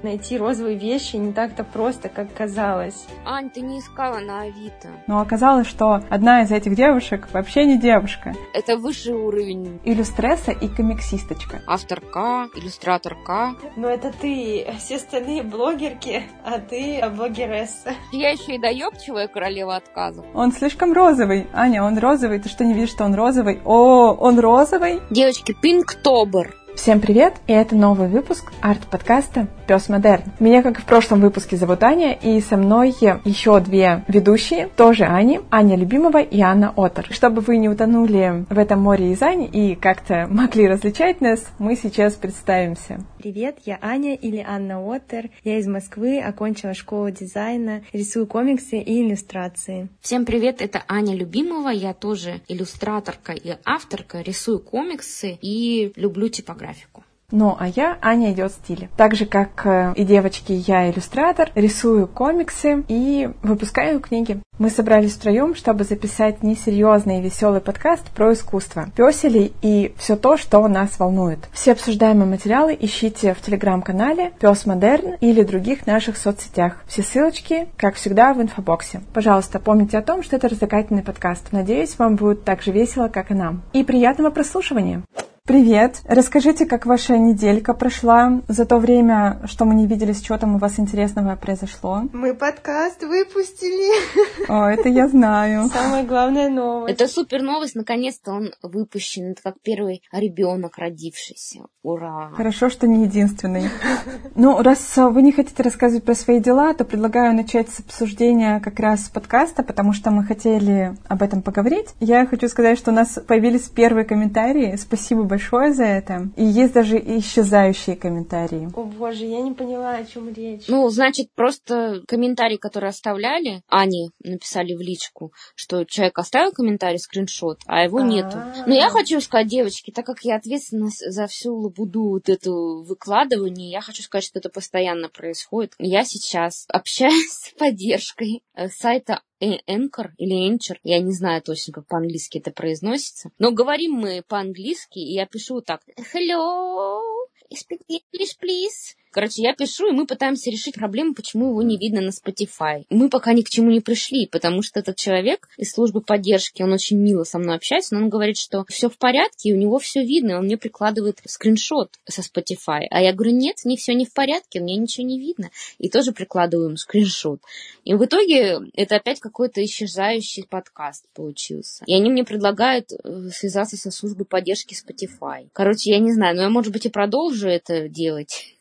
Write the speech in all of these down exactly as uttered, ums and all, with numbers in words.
Найти розовые вещи не так-то просто, как казалось. Ань, ты не искала на Авито. Но оказалось, что одна из этих девушек вообще не девушка. Это высший уровень. Иллюстресса и комиксисточка. Авторка, иллюстраторка. Но это ты. Все остальные блогерки, а ты блогересса. Я еще и доебчивая королева отказов. Он слишком розовый. Аня, он розовый. Ты что, не видишь, что он розовый? О, он розовый? Девочки, Пинктобер. Всем привет, и это новый выпуск арт-подкаста «Пёс Модерн». Меня, как и в прошлом выпуске, зовут Аня, и со мной еще две ведущие, тоже Ани, Аня Любимова и Анна Отер. Чтобы вы не утонули в этом море из Ани и как-то могли различать нас, мы сейчас представимся. Привет, я Аня или Анна Отер. Я из Москвы, окончила школу дизайна, рисую комиксы и иллюстрации. Всем привет, это Аня Любимова, я тоже иллюстраторка и авторка, рисую комиксы и люблю типографию. Ну, а я, Аня, идет в стиле. Так же, как и девочки, я иллюстратор, рисую комиксы и выпускаю книги. Мы собрались втроем, чтобы записать несерьезный и веселый подкаст про искусство, пёселей и все то, что нас волнует. Все обсуждаемые материалы ищите в телеграм-канале «Пёс Модерн» или других наших соцсетях. Все ссылочки, как всегда, в инфобоксе. Пожалуйста, помните о том, что это развлекательный подкаст. Надеюсь, вам будет так же весело, как и нам. И приятного прослушивания! Привет! Расскажите, как ваша неделька прошла за то время, что мы не виделись, что там у вас интересного произошло? Мы подкаст выпустили. О, это я знаю. Самая главная новость. Это супер новость, наконец-то он выпущен. Это как первый ребенок родившийся. Ура! Хорошо, что не единственный. Ну, раз вы не хотите рассказывать про свои дела, то предлагаю начать с обсуждения как раз подкаста, потому что мы хотели об этом поговорить. Я хочу сказать, что у нас появились первые комментарии. Спасибо большое за это. И есть даже исчезающие комментарии. О боже, я не поняла, о чем речь. Ну, значит, просто комментарий, который оставляли, Ане написали в личку, что человек оставил комментарий, скриншот, а его нету. Но я хочу сказать, девочки, так как я ответственна за всю лабуду вот эту выкладывание, я хочу сказать, что это постоянно происходит. Я сейчас общаюсь с поддержкой сайта Anchor или Anchor, я не знаю точно, как по-английски это произносится, но говорим мы по-английски, и я пишу вот так: Hello, speak English, please. Короче, я пишу, и мы пытаемся решить проблему, почему его не видно на Spotify. Мы пока ни к чему не пришли, потому что этот человек из службы поддержки, он очень мило со мной общается, но он говорит, что все в порядке, и у него все видно, и он мне прикладывает скриншот со Spotify. А я говорю, нет, не все не в порядке, у меня ничего не видно. И тоже прикладываю ему скриншот. И в итоге это опять какой-то исчезающий подкаст получился. И они мне предлагают связаться со службой поддержки Spotify. Короче, я не знаю, но я, может быть, и продолжу это делать.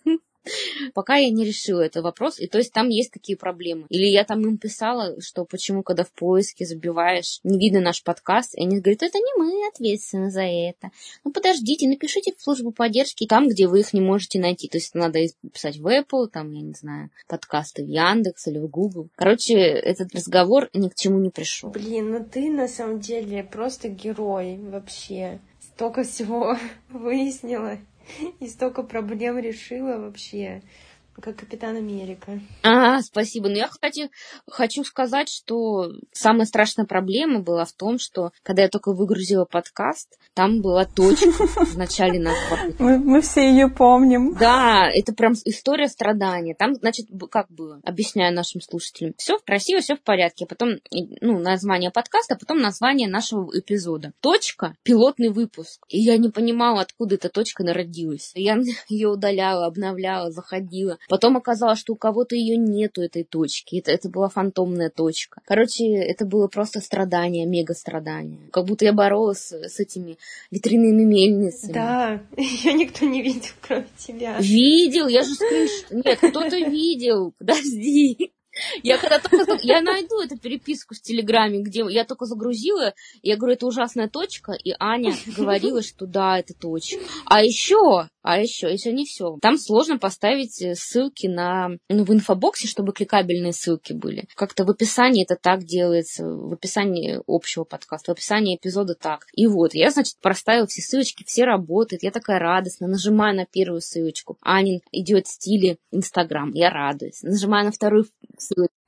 Пока я не решила этот вопрос, и то есть там есть такие проблемы. Или я там им писала, что почему, когда в поиске забиваешь, не видно наш подкаст, и они говорят, это не мы ответственны за это. Ну подождите, напишите в службу поддержки там, где вы их не можете найти. То есть надо писать в Apple, там, я не знаю, подкасты в Яндекс или в Google. Короче, этот разговор ни к чему не пришел. Блин, ну ты на самом деле просто герой вообще. Столько всего выяснила. И столько проблем решила вообще, как Капитан Америка. А, спасибо. Но я, кстати, хочу сказать, что самая страшная проблема была в том, что когда я только выгрузила подкаст, там была точка в начале названия. Мы, мы все ее помним. Да, это прям история страдания. Там, значит, как было, объясняю нашим слушателям, все красиво, все в порядке. Потом, ну, название подкаста, потом название нашего эпизода. Точка, пилотный выпуск. И я не понимала, откуда эта точка народилась. Я ее удаляла, обновляла, заходила. Потом оказалось, что у кого-то ее нету, этой точки. Это, это была фантомная точка. Короче, это было просто страдание, мега-страдание. Как будто я боролась с этими ветряными мельницами. Да, ее никто не видел, кроме тебя. Видел? Я же скриншот... Нет, кто-то видел. Подожди. Я когда только... Я найду эту переписку в Телеграме, где я только загрузила, я говорю, это ужасная точка, и Аня говорила, что да, это точка. А еще, а еще, еще не все. Там сложно поставить ссылки на, ну, в инфобоксе, чтобы кликабельные ссылки были. Как-то в описании это так делается, в описании общего подкаста, в описании эпизода так. И вот, я, значит, проставила все ссылочки, все работают, я такая радостная, нажимаю на первую ссылочку. Анин идет в стиле Инстаграм, я радуюсь. Нажимаю на вторую ссылочку.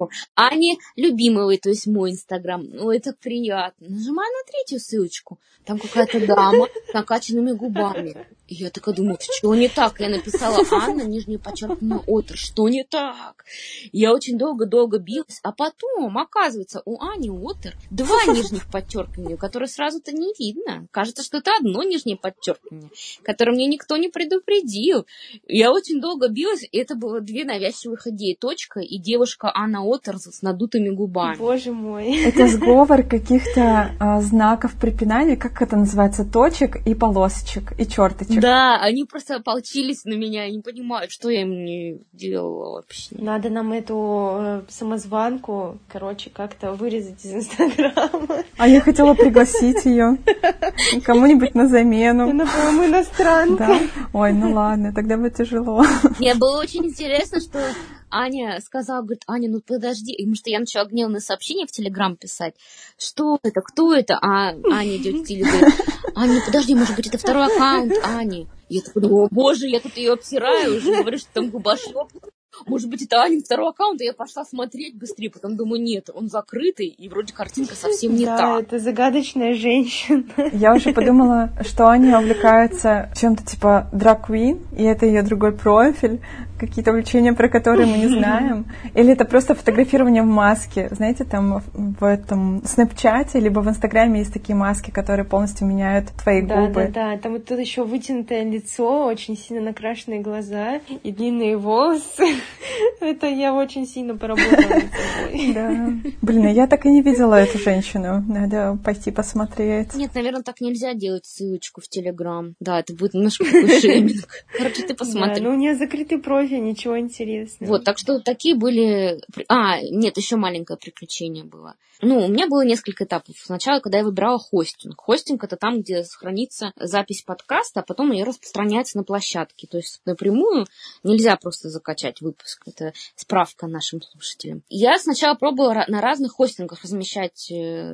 Ани Любимовой, то есть мой инстаграм. Ой, так приятно. Нажимаю на третью ссылочку. Там какая-то дама с накачанными губами. И я такая думаю, что не так? Я написала Анна, нижнее подчеркивание, Отр. Что не так? Я очень долго-долго билась. А потом, оказывается, у Ани Отр два нижних подчеркивания, которые сразу-то не видно. Кажется, что это одно нижнее подчеркивание, которое мне никто не предупредил. Я очень долго билась, и это было две навязчивых идеи. Точка и девушка Анна Отр с надутыми губами. Боже мой. Это сговор каких-то а, знаков препинания, как это называется, точек и полосочек, и черточек. Да, они просто ополчились на меня и не понимают, что я им не делала вообще. Надо нам эту э, самозванку, короче, как-то вырезать из Инстаграма. А я хотела пригласить ее кому-нибудь на замену. Она, по-моему, иностранка. Да? Ой, ну ладно, тогда будет тяжело. Мне было очень интересно, что Аня сказала, говорит, Аня, ну подожди, потому что я начала гневное сообщение в Телеграм писать. Что это, кто это? А Аня идет в теле, говорит, Аня, подожди, может быть, это второй аккаунт Ани. Я такая, о боже, я тут ее обсираю уже, говорю, что там губошлеп. Может быть, это Анин второй аккаунт, и я пошла смотреть быстрее, потом думаю, нет, он закрытый, и вроде картинка совсем не да, та. Да, это загадочная женщина. Я уже подумала, что Аня увлекается чем-то типа драг-квин, и это ее другой профиль, какие-то увлечения, про которые мы не знаем. Или это просто фотографирование в маске. Знаете, там в этом Снэпчате, либо в Инстаграме есть такие маски, которые полностью меняют твои да, губы. Да, да, там вот тут еще вытянутое лицо, очень сильно накрашенные глаза и длинные волосы. Это я очень сильно поработала над собой. Да. Блин, я так и не видела эту женщину. Надо пойти посмотреть. Нет, наверное, так нельзя делать ссылочку в Телеграм. Да, это будет немножко такой шейминг. Короче, ты посмотри. Да, ну у нее закрытый профиль, ничего интересного. Вот, так что такие были... А, нет, еще маленькое приключение было. Ну, у меня было несколько этапов. Сначала, когда я выбирала хостинг. Хостинг — это там, где хранится запись подкаста, а потом ее распространяется на площадке. То есть напрямую нельзя просто закачать выпуск. Это справка нашим слушателям. Я сначала пробовала на разных хостингах размещать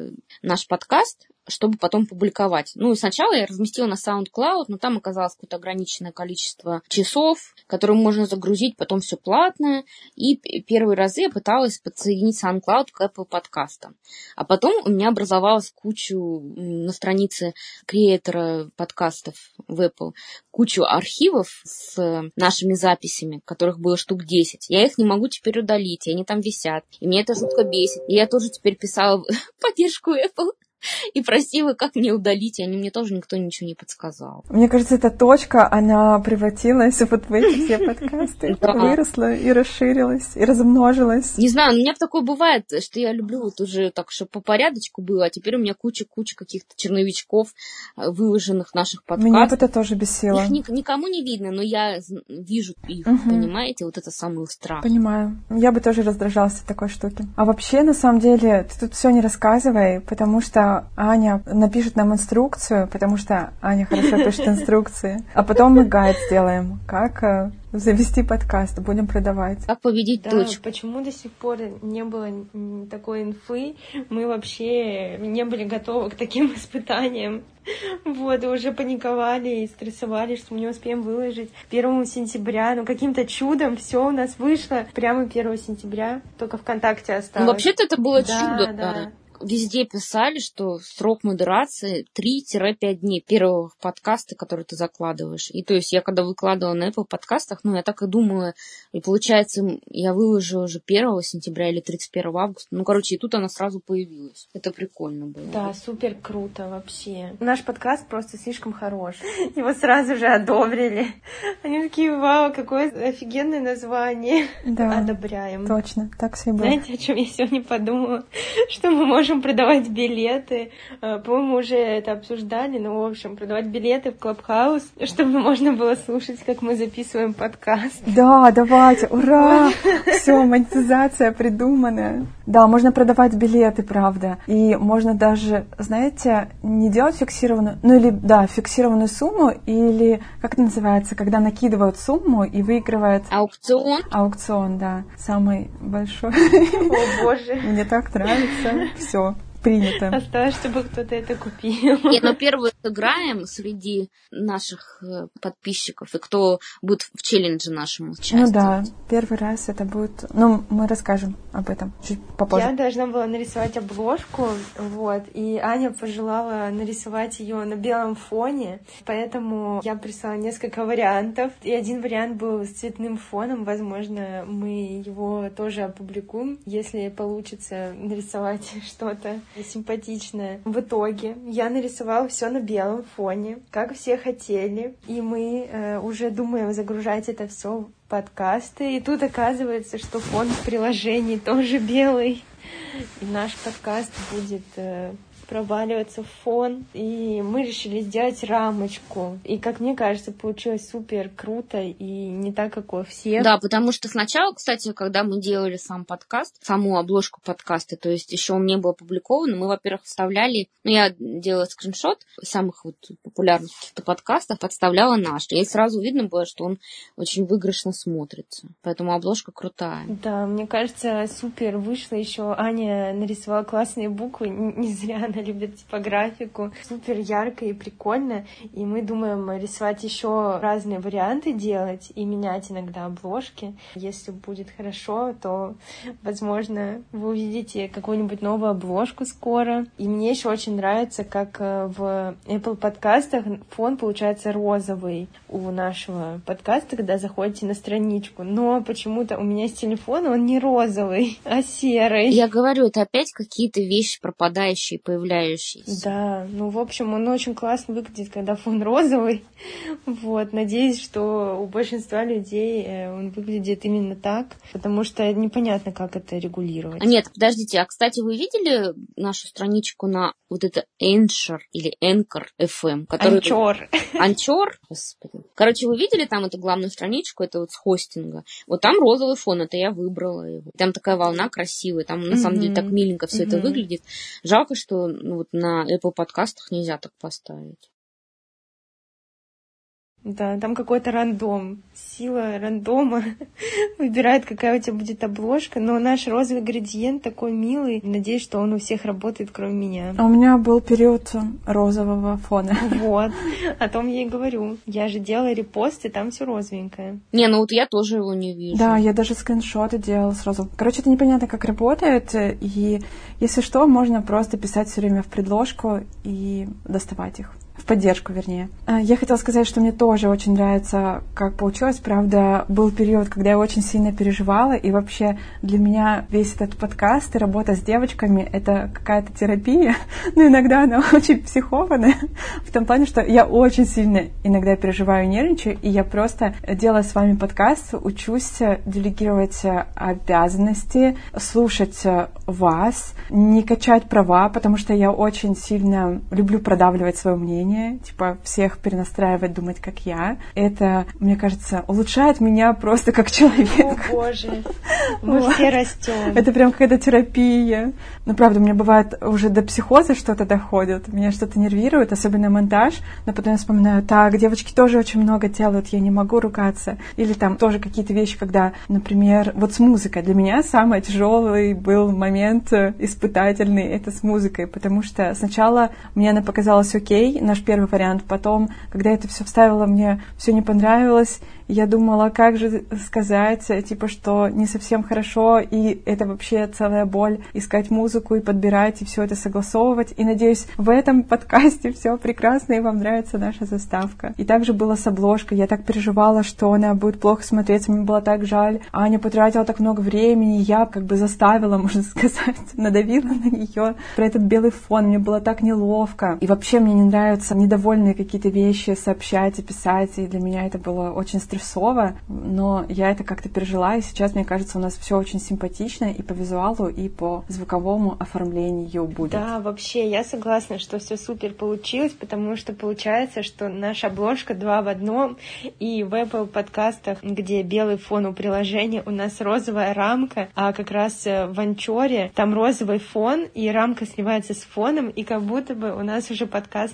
наш подкаст, чтобы потом публиковать. Ну, сначала я разместила на SoundCloud, но там оказалось какое-то ограниченное количество часов, которые можно загрузить, потом все платное. И первые разы я пыталась подсоединить SoundCloud к Apple подкастам. А потом у меня образовалась кучу на странице креатора подкастов в Apple, кучу архивов с нашими записями, которых было штук десять. Я их не могу теперь удалить, и они там висят. И меня это жутко бесит. И я тоже теперь писала поддержку Apple и просила, как мне удалить, и они мне тоже никто ничего не подсказал. Мне кажется, эта точка, она превратилась вот в эти все подкасты, да. Выросла и расширилась, и размножилась. Не знаю, у меня такое бывает, что я люблю вот уже так, чтобы по порядочку было, а теперь у меня куча-куча каких-то черновичков, выложенных наших подкастов. Меня это тоже бесило. Их ни- никому не видно, но я вижу их, угу. Понимаете? Вот это самый страх. Понимаю. Я бы тоже раздражалась от такой штуки. А вообще, на самом деле, ты тут все не рассказывай, потому что Аня напишет нам инструкцию, потому что Аня хорошо пишет инструкции, а потом мы гайд сделаем, как завести подкаст, будем продавать. Как победить да, точку. Почему до сих пор не было такой инфы? Мы вообще не были готовы к таким испытаниям. Вот, и уже паниковали и стрессовали, что мы не успеем выложить первого сентября. Но каким-то чудом все у нас вышло прямо первого сентября. Только ВКонтакте осталось. Ну, вообще-то это было да, чудо. Да. Да. Везде писали, что срок модерации три-пять дней первого подкаста, который ты закладываешь. И то есть я когда выкладывала на Apple подкастах, ну, я так и думала, и получается, я выложила уже первого сентября или тридцать первого августа. Ну, короче, и тут она сразу появилась. Это прикольно было. Да, супер круто вообще. Наш подкаст просто слишком хорош. Его сразу же одобрили. Они такие, вау, какое офигенное название. Да, одобряем. Точно, так все и было. Знаете, о чем я сегодня подумала? Что мы можем продавать билеты. По-моему, уже это обсуждали, но, в общем, продавать билеты в Клабхаус, чтобы можно было слушать, как мы записываем подкаст. Да, давайте, ура! Все, монетизация придуманная. Да, можно продавать билеты, правда. И можно даже, знаете, не делать фиксированную, ну или, да, фиксированную сумму, или, как это называется, когда накидывают сумму и выигрывает... Аукцион. Аукцион, да. Самый большой. О, боже. Мне так нравится. Все. принято. Осталось, чтобы кто-то это купил. Нет, но первую играем среди наших подписчиков, и кто будет в челлендже нашему участвовать. Ну да, первый раз это будет... Ну, мы расскажем об этом чуть попозже. Я должна была нарисовать обложку, вот, и Аня пожелала нарисовать ее на белом фоне, поэтому я прислала несколько вариантов, и один вариант был с цветным фоном, возможно, мы его тоже опубликуем, если получится нарисовать что-то симпатичное. В итоге я нарисовала все на белом фоне, как все хотели, и мы э, уже думаем загружать это все в подкасты, и тут оказывается, что фон в приложении тоже белый, и наш подкаст будет э, проваливаться в фон, и мы решили сделать рамочку. И, как мне кажется, получилось супер круто и не так, как у всех. Да, потому что сначала, кстати, когда мы делали сам подкаст, саму обложку подкаста, то есть еще он не был опубликован, мы, во-первых, вставляли, ну, я делала скриншот самых вот популярных каких-то подкастов, подставляла наш. И сразу видно было, что он очень выигрышно смотрится. Поэтому обложка крутая. Да, мне кажется, супер вышло. Еще Аня нарисовала классные буквы, не зря она любит типографику. Супер ярко и прикольно. И мы думаем рисовать еще разные варианты делать и менять иногда обложки. Если будет хорошо, то, возможно, вы увидите какую-нибудь новую обложку скоро. И мне еще очень нравится, как в Apple подкастах фон получается розовый у нашего подкаста, когда заходите на страничку. Но почему-то у меня с телефона он не розовый, а серый. Я говорю, это опять какие-то вещи пропадающие, появляющиеся. Да, ну, в общем, он очень классно выглядит, когда фон розовый. Вот, надеюсь, что у большинства людей он выглядит именно так, потому что непонятно, как это регулировать. А нет, подождите, а, кстати, вы видели нашу страничку на вот это Anchor или Anchor эф эм? Который... Anchor. Anchor? Господи. Короче, вы видели там эту главную страничку, это вот с хостинга? Вот там розовый фон, это я выбрала его. Там такая волна красивая, там на самом mm-hmm. деле так миленько все mm-hmm. это выглядит. Жалко, что ну, вот на Apple подкастах нельзя так поставить. Да, там какой-то рандом. Сила рандома выбирает, какая у тебя будет обложка. Но наш розовый градиент такой милый. Надеюсь, что он у всех работает, кроме меня. А у меня был период розового фона. Вот. О том я и говорю. Я же делала репосты, там все розовенькое. Не, ну вот я тоже его не вижу. Да, я даже скриншоты делала с розовым. Короче, это непонятно, как работает. И если что, можно просто писать все время в предложку и доставать их. В поддержку, вернее. Я хотела сказать, что мне тоже очень нравится, как получилось. Правда, был период, когда я очень сильно переживала, и вообще для меня весь этот подкаст и работа с девочками — это какая-то терапия, но иногда она очень психованная, в том плане, что я очень сильно иногда переживаю и нервничаю, и я просто, делая с вами подкаст, учусь делегировать обязанности, слушать вас, не качать права, потому что я очень сильно люблю продавливать свое мнение, типа всех перенастраивать, думать, как я. Это, мне кажется, улучшает меня просто как человека. О, Боже, мы вот. Все растем. Это прям какая-то терапия. Ну, правда, у меня бывает уже до психоза что-то доходит, меня что-то нервирует, особенно монтаж, но потом я вспоминаю, так, девочки тоже очень много делают, я не могу ругаться. Или там тоже какие-то вещи, когда, например, вот с музыкой. Для меня самый тяжелый был момент испытательный, это с музыкой, потому что сначала мне она показалась окей, наш первый вариант. Потом, когда я это все вставила, мне все не понравилось. Я думала, как же сказать, типа, что не совсем хорошо, и это вообще целая боль искать музыку и подбирать, и все это согласовывать. И, надеюсь, в этом подкасте все прекрасно, и вам нравится наша заставка. И также было с обложкой. Я так переживала, что она будет плохо смотреться, мне было так жаль. Аня потратила так много времени, я как бы заставила, можно сказать, надавила на нее про этот белый фон. Мне было так неловко. И вообще мне не нравятся недовольные какие-то вещи сообщать и писать, и для меня это было очень стрессово. Но я это как-то пережила, и сейчас, мне кажется, у нас все очень симпатично и по визуалу, и по звуковому оформлению будет. Да, вообще, я согласна, что все супер получилось, потому что получается, что наша обложка два в одном, и в Apple подкастах, где белый фон у приложения, у нас розовая рамка, а как раз в Анчоре там розовый фон, и рамка сливается с фоном, и как будто бы у нас уже подкаст на белом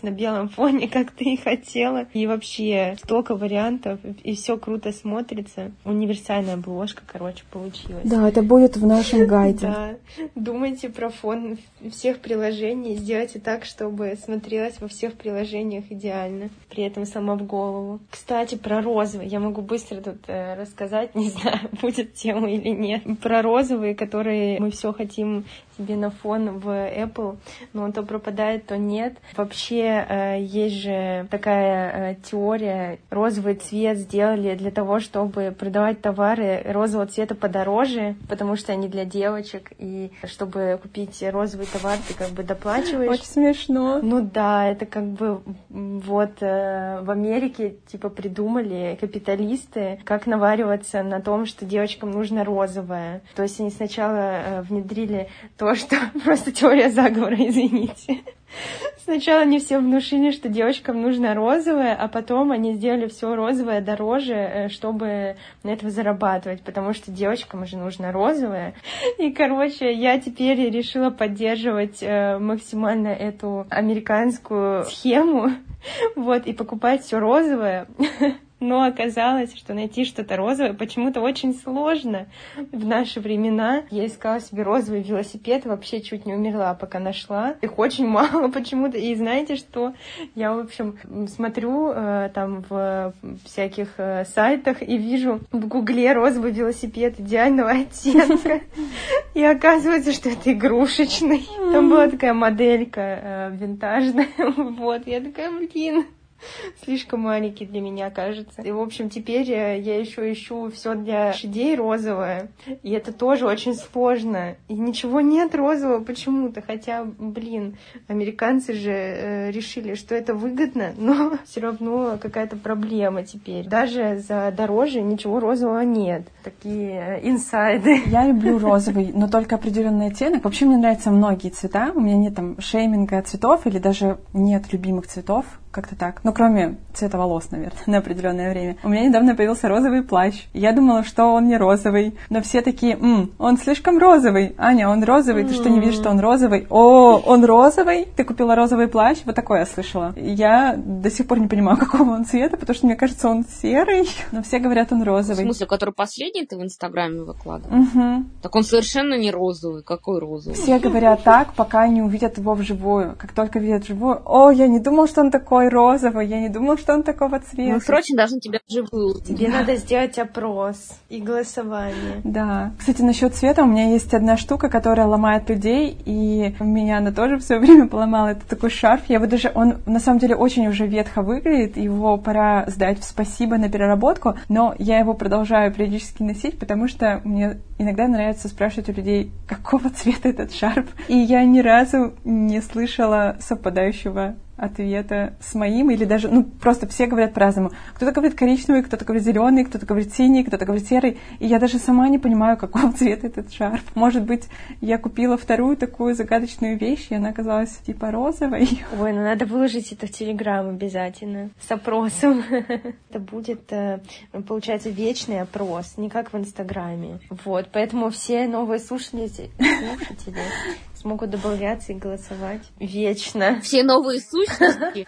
на фоне, как ты и хотела. И вообще столько вариантов, и все круто смотрится. Универсальная обложка, короче, получилась. Да, это будет в нашем гайде. Да. Думайте про фон всех приложений, сделайте так, чтобы смотрелось во всех приложениях идеально, при этом сама в голову. Кстати, про розовый. Я могу быстро тут э, рассказать, не знаю, будет тема или нет. Про розовые, которые мы все хотим себе на фон в Apple, но он то пропадает, то нет. Вообще, э, есть же такая э, теория, розовый цвет сделали для того, чтобы продавать товары розового цвета подороже, потому что они для девочек, и чтобы купить розовый товар, ты как бы доплачиваешь. Очень смешно. Ну да, это как бы вот э, в Америке типа придумали капиталисты, как навариваться на том, что девочкам нужно розовое. То есть они сначала э, внедрили то, что просто теория заговора, извините. Сначала они все внушили, что девочкам нужно розовое, а потом они сделали все розовое дороже, чтобы на этого зарабатывать, потому что девочкам же нужно розовое. И, короче, я теперь решила поддерживать максимально эту американскую схему, вот, и покупать все розовое. Но оказалось, что найти что-то розовое почему-то очень сложно в наши времена. Я искала себе розовый велосипед, вообще чуть не умерла, пока нашла. Их очень мало почему-то. И знаете что? Я, в общем, смотрю э, там в всяких э, сайтах и вижу в Гугле розовый велосипед идеального оттенка. И оказывается, что это игрушечный. Там была такая моделька э, винтажная. Вот, я такая, блин... Слишком маленький для меня, кажется. И, в общем, теперь я еще ищу все для лошадей розовое. И это тоже очень сложно. И ничего нет розового почему-то. Хотя, блин, американцы же э, решили, что это выгодно, но все равно какая-то проблема теперь. Даже за дороже ничего розового нет. Такие э, инсайды. Я люблю розовый, но только определенный оттенок. Вообще мне нравятся многие цвета. У меня нет там шейминга цветов или даже нет любимых цветов. Как-то так. Ну, кроме цвета волос, наверное, на определенное время. У меня недавно появился розовый плащ. Я думала, что он не розовый. Но все такие, «М, он слишком розовый. Аня, он розовый. Ты что, не видишь, что он розовый? О, он розовый? Ты купила розовый плащ?» Вот такое я слышала. Я до сих пор не понимаю, какого он цвета, потому что мне кажется, он серый. Но все говорят, он розовый. В смысле, который последний ты в Инстаграме выкладывал? Угу. Так он совершенно не розовый. Какой розовый? Все говорят так, пока не увидят его вживую. Как только видят вживую, о, я не думал, что он такой розовый, я не думал, что он такого цвета. Мы срочно должны тебя вживую. Тебе да. надо сделать опрос и голосование. Да. Кстати, насчет цвета у меня есть одна штука, которая ломает людей, и меня она тоже все время поломала. Это такой шарф. Я его даже, он на самом деле очень уже ветхо выглядит, его пора сдать в спасибо на переработку, но я его продолжаю периодически носить, потому что мне иногда нравится спрашивать у людей, какого цвета этот шарф. И я ни разу не слышала совпадающего ответа с моим, или даже, ну, просто все говорят по-разному. Кто-то говорит коричневый, кто-то говорит зеленый, кто-то говорит синий, кто-то говорит серый, и я даже сама не понимаю, какого цвета этот шарф. Может быть, я купила вторую такую загадочную вещь, и она оказалась типа розовой. Ой, ну надо выложить это в Телеграм обязательно, с опросом. Это будет, получается, вечный опрос, не как в Инстаграме. Вот, поэтому все новые слушатели, слушатели смогут добавляться и голосовать вечно. Все новые сущности?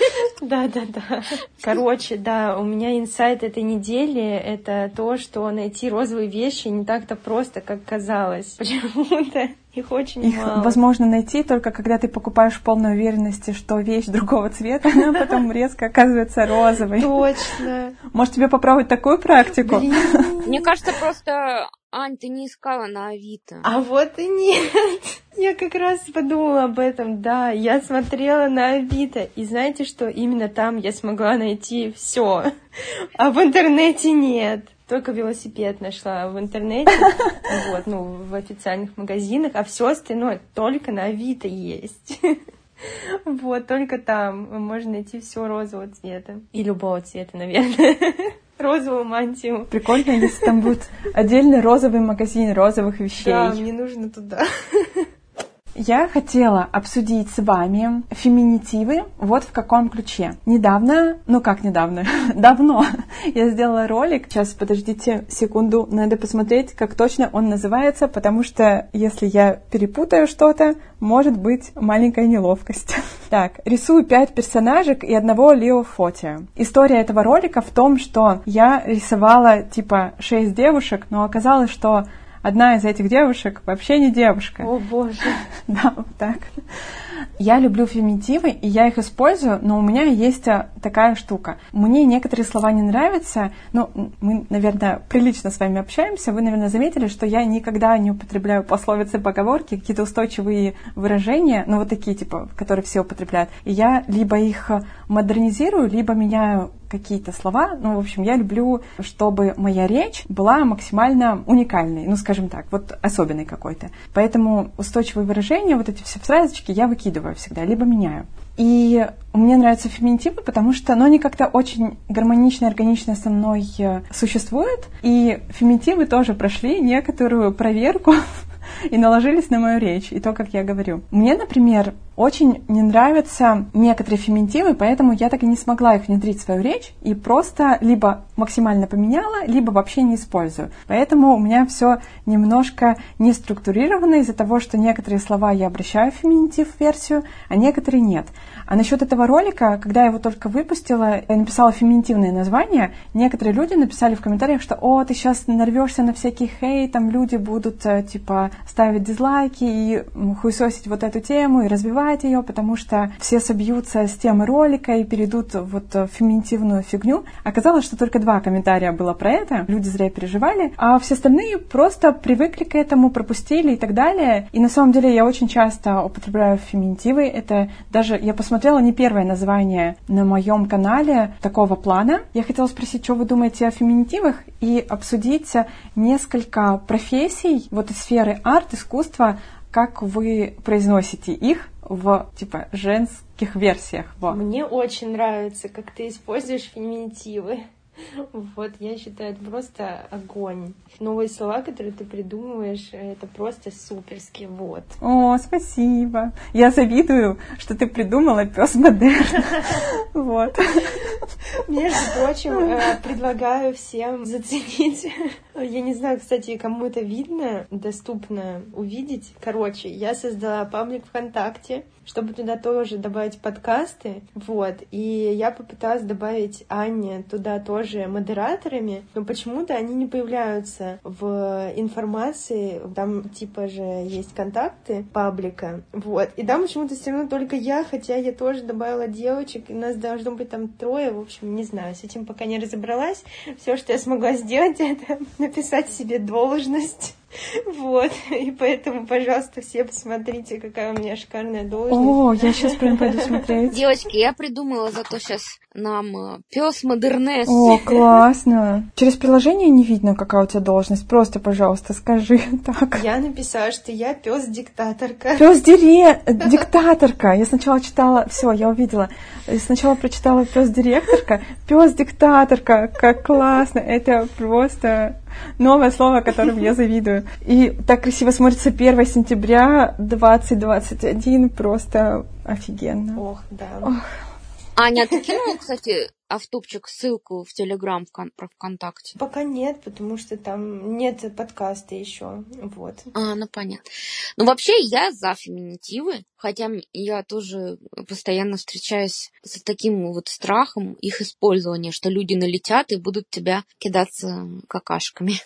Да-да-да. Короче, да, у меня инсайт этой недели — это то, что найти розовые вещи не так-то просто, как казалось. Почему-то их очень их мало. Возможно найти только когда ты покупаешь в полной уверенности, что вещь другого цвета, а потом резко оказывается розовой. Точно. Может, тебе попробовать такую практику? Блин. Мне кажется, просто, Ань, ты не искала на Авито. А вот и нет. Я как раз подумала об этом, да. Я смотрела на Авито, и знаете что? Именно там я смогла найти все, а в интернете нет. Только велосипед нашла в интернете, вот, ну, в официальных магазинах, а все остальное только на Авито есть. Вот, только там можно найти все розового цвета. И любого цвета, наверное. Розовую мантию. Прикольно, если там будет отдельный розовый магазин розовых вещей. Да, мне нужно туда. я хотела обсудить с вами феминитивы вот в каком ключе. Недавно, ну как недавно, давно я сделала ролик. Сейчас, подождите секунду, надо посмотреть, как точно он называется, потому что если я перепутаю что-то, может быть маленькая неловкость. Так, рисую пять персонажек и одного Лео Фотия. История этого ролика в том, что я рисовала типа шесть девушек, но оказалось, что одна из этих девушек вообще не девушка. О, боже. Да, вот так. Я люблю феминитивы, и я их использую, но у меня есть такая штука. Мне некоторые слова не нравятся, ну, мы, наверное, прилично с вами общаемся, вы, наверное, заметили, что я никогда не употребляю пословицы, поговорки, какие-то устойчивые выражения, ну, вот такие, типа, которые все употребляют. И я либо их модернизирую, либо меняю какие-то слова. Ну, в общем, я люблю, чтобы моя речь была максимально уникальной, ну, скажем так, вот особенной какой-то. Поэтому устойчивые выражения, вот эти все фразочки я выкидываю всегда, либо меняю. И мне нравятся феминитивы, потому что ну, они как-то очень гармонично и органично со мной существуют. И феминитивы тоже прошли некоторую проверку и наложились на мою речь и то, как я говорю. Мне, например, очень не нравятся некоторые феминитивы, поэтому я так и не смогла их внедрить в свою речь и просто либо максимально поменяла, либо вообще не использую. Поэтому у меня все немножко не структурировано из-за того, что некоторые слова я обращаю в феминитив-версию, а некоторые нет. А насчет этого ролика, когда я его только выпустила, я написала феминитивное название, некоторые люди написали в комментариях, что «О, ты сейчас нарвешься на всякий хейт, там люди будут, типа, ставить дизлайки и хуесосить вот эту тему и развивать ее, потому что все собьются с темы ролика и перейдут вот в феминитивную фигню». Оказалось, что только два комментария было про это, люди зря переживали, а все остальные просто привыкли к этому, пропустили и так далее. И на самом деле я очень часто употребляю феминитивы, это даже, я посмотрела, не первое название на моем канале такого плана. Я хотела спросить, что вы думаете о феминитивах и обсудить несколько профессий вот из сферы арт, искусства, как вы произносите их в, типа, женских версиях. Вот. Мне очень нравится, как ты используешь феминитивы. Вот, я считаю, это просто огонь. Новые слова, которые ты придумываешь, это просто суперски, вот. О, спасибо. Я завидую, что ты придумала пёс модерн. Вот. Между прочим, предлагаю всем заценить. Я не знаю, кстати, кому это видно, доступно увидеть. Короче, я создала паблик ВКонтакте, чтобы туда тоже добавить подкасты. Вот. И я попыталась добавить Анне туда тоже модераторами, но почему-то они не появляются в информации. Там типа же есть контакты паблика. Вот. И там почему-то все равно только я, хотя я тоже добавила девочек, и нас должно быть там трое. В общем, не знаю, с этим пока не разобралась. Все, что я смогла сделать, это написать себе должность. Вот, и поэтому, пожалуйста, все посмотрите, какая у меня шикарная должность. О, я сейчас прям пойду смотреть. Девочки, я придумала зато сейчас нам пёс модернес. О, классно. Через приложение не видно, какая у тебя должность. Просто, пожалуйста, скажи так. Я написала, что я пёс-диктаторка. Пёс-диктаторка. Я сначала читала, все, я увидела. Сначала прочитала пёс-директорка, пёс-диктаторка. Как классно. Это просто новое слово, которым я завидую. И так красиво смотрится первое сентября двадцать двадцать один. Просто офигенно. Ох, да. Ох. Аня, ты кинула, кстати, автопчик ссылку в Телеграм про ВКонтакте? Пока нет, потому что там нет подкаста еще. Вот. А, ну понятно. Ну вообще я за феминитивы, хотя я тоже постоянно встречаюсь с таким вот страхом их использования, что люди налетят и будут тебя кидаться какашками.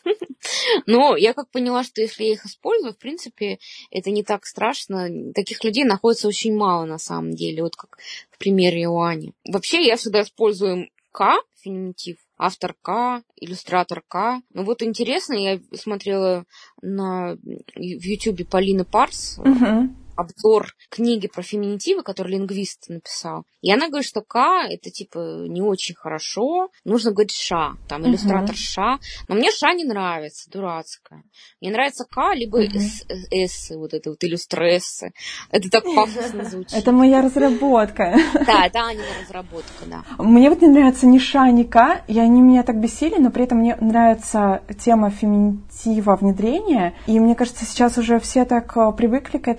Но я как поняла, что если я их использую, в принципе, это не так страшно. Таких людей находится очень мало на самом деле, вот как в примере у Ани. Вообще я всегда использую К, феминитив, автор К, иллюстратор К. Ну вот интересно, я смотрела на в Ютубе Полины Парс, uh-huh. обзор книги про феминитивы, который лингвист написал. И она говорит, что К это типа не очень хорошо, нужно говорить Ша, там иллюстратор uh-huh. Ша. Но мне Ша не нравится, дурацкая. Мне нравится К, либо uh-huh. С, вот это вот иллюстрессы. Это так пафосно звучит. Это моя разработка. Да, это Анина разработка, да. Мне вот не нравится ни Ша, ни К, и они меня так бесили, но при этом мне нравится тема феминитива внедрения. И мне кажется, сейчас уже все так привыкли к этому, потому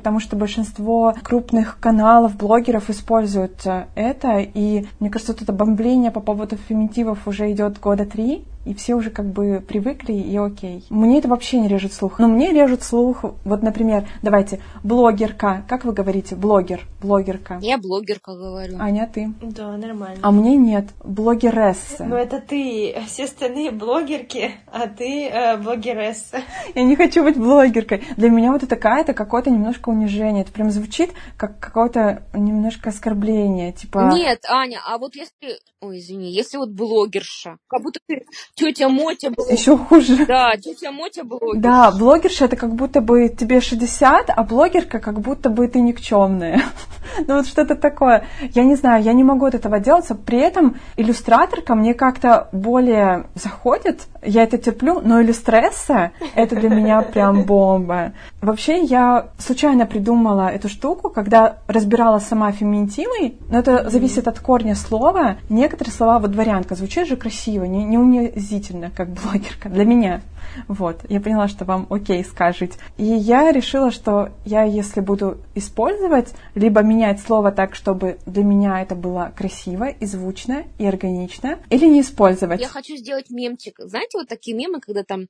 потому что большинство крупных каналов, блогеров используют это, и мне кажется, вот это бомбление по поводу феминитивов уже идет года три, и все уже как бы привыкли, и окей. Мне это вообще не режет слух. Но мне режет слух, вот, например, давайте, блогерка. Как вы говорите? Блогер, блогерка. Я блогерка говорю. Аня, ты? Да, нормально. А мне нет. Блогересса. Ну, это ты. Все остальные блогерки, а ты э, блогересса. Я не хочу быть блогеркой. Для меня вот это какая-то какое-то немножко унижение. Это прям звучит как какое-то немножко оскорбление. Типа... Нет, Аня, а вот если... Ой, извини, если вот блогерша, как будто ты тетя Мотя блогер. Еще хуже. Да, тетя Мотя блогер. Да, блогерша это как будто бы тебе шестьдесят, а блогерка как будто бы ты никчемная. Ну вот что-то такое. Я не знаю, я не могу от этого делаться. При этом иллюстраторка мне как-то более заходит. Я это терплю, но иллюстресса это для меня прям бомба. Вообще я случайно придумала эту штуку, когда разбирала сама феминитивы, но это зависит от корня слова. Некоторые слова, вот дворянка, звучит же красиво, не, не унизительно, как блогерка, для меня. Вот, я поняла, что вам окей скажете. И я решила, что я, если буду использовать, либо менять слово так, чтобы для меня это было красиво и звучно, и органично, или не использовать. Я хочу сделать мемчик. Знаете, вот такие мемы, когда там,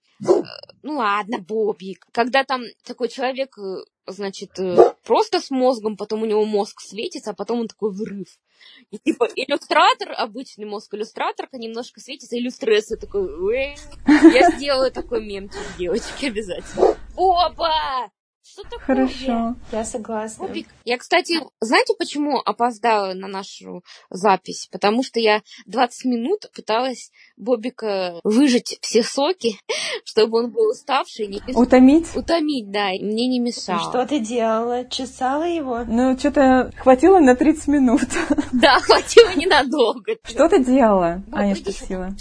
ну ладно, Бобик, когда там такой человек, значит, просто с мозгом, потом у него мозг светится, а потом он такой врыв. И типа иллюстратор, обычный мозг иллюстраторка, немножко светится, иллюстресса такой, уэй. Я сделаю такой мемчик, девочки, обязательно. Оба! Что такое? Хорошо. Я согласна. Бобик. Я, кстати, знаете, почему опоздала на нашу запись? Потому что я двадцать минут пыталась Бобика выжать все соки, чтобы он был уставший. Не... Утомить? Утомить, да, и мне не мешало. Что ты делала? Чесала его? Ну, что-то хватило на тридцать минут. Да, хватило ненадолго. Что ты делала? Боб, Аня иди спросила.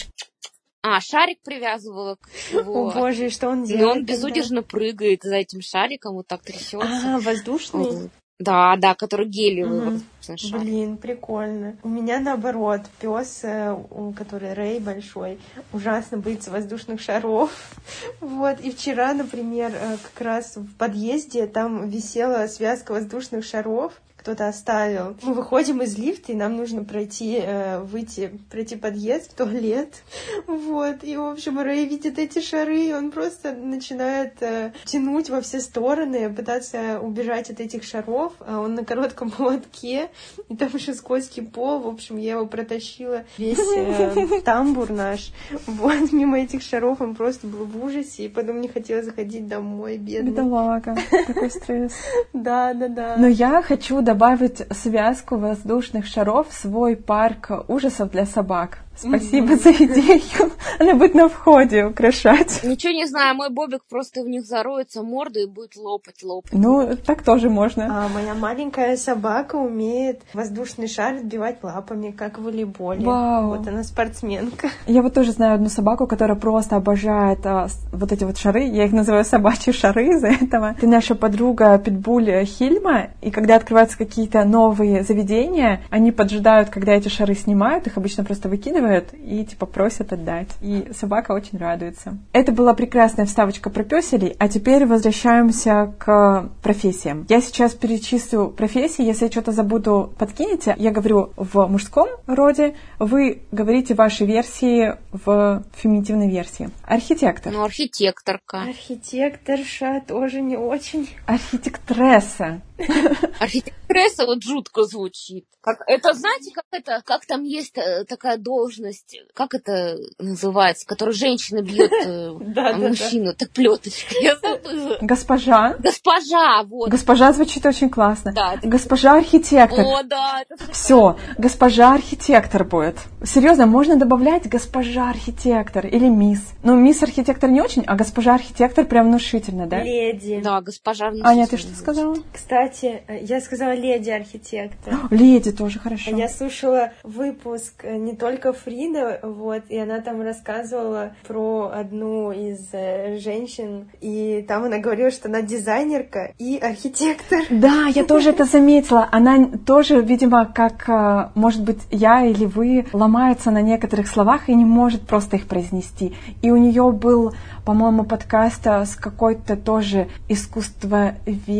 А, шарик привязывала к его. О боже, и что он И делает? он безудержно прыгает за этим шариком, вот так трясется. А, воздушный? Вот. Да, да, который гелевый. Угу. Вот, шарик. Блин, прикольно. У меня наоборот, пес, который Рэй большой, ужасно боится воздушных шаров. Вот, и вчера, например, как раз в подъезде там висела связка воздушных шаров. Кто-то оставил. Мы выходим из лифта, и нам нужно пройти, э, выйти, пройти подъезд, в туалет. Вот. И, в общем, Рэй видит эти шары, и он просто начинает э, тянуть во все стороны, пытаться убежать от этих шаров. А он на коротком поводке, и там еще скользкий пол. В общем, я его протащила весь э, тамбур наш. Вот. Мимо этих шаров он просто был в ужасе, и потом не хотел заходить домой, бедный. Бедолага. Такой стресс. Да, да, да. Но я хочу добавить связку воздушных шаров в свой парк ужасов для собак. Спасибо mm-hmm. за идею. Она будет на входе украшать. Ничего не знаю, мой Бобик просто в них зароется морду и будет лопать, лопать. Ну, так тоже можно. А моя маленькая собака умеет воздушный шар отбивать лапами, как в волейболе. Вау. Вот она спортсменка. Я вот тоже знаю одну собаку, которая просто обожает а, вот эти вот шары. Я их называю собачьи шары из-за этого. Это наша подруга питбуль Хильма, и когда открываются какие-то новые заведения, они поджидают, когда эти шары снимают, их обычно просто выкидывают и типа просят отдать. И собака очень радуется. Это была прекрасная вставочка про пёселей, а теперь возвращаемся к профессиям. Я сейчас перечислю профессии, если я что-то забуду, подкинете. Я говорю в мужском роде, вы говорите ваши версии в феминитивной версии. Архитектор. Ну, архитекторка. Архитекторша тоже не очень. Архитектресса. Архитектресса вот жутко звучит. Как, это, знаете, как это, как там есть такая должность, как это называется, которую женщина бьет мужчину, так плеточка, я забыла. Госпожа. Госпожа, вот. Госпожа звучит очень классно. Да. Госпожа архитектор. О, да. Все, госпожа архитектор будет. Серьезно, можно добавлять госпожа архитектор или мисс. Ну, мисс архитектор не очень, а госпожа архитектор прям внушительно, да? Леди. Да, госпожа внушительно. Аня, ты что сказала? Кстати, я сказала леди архитектор. Леди тоже хорошо. Я слушала выпуск не только Фрида, вот, и она там рассказывала про одну из э, женщин, и там она говорила, что она дизайнерка и архитектор. Да, я тоже это заметила. Она тоже, видимо, как, может быть, я или вы, ломается на некоторых словах и не может просто их произнести. И у нее был, по-моему, подкаст с какой-то тоже искусствовед,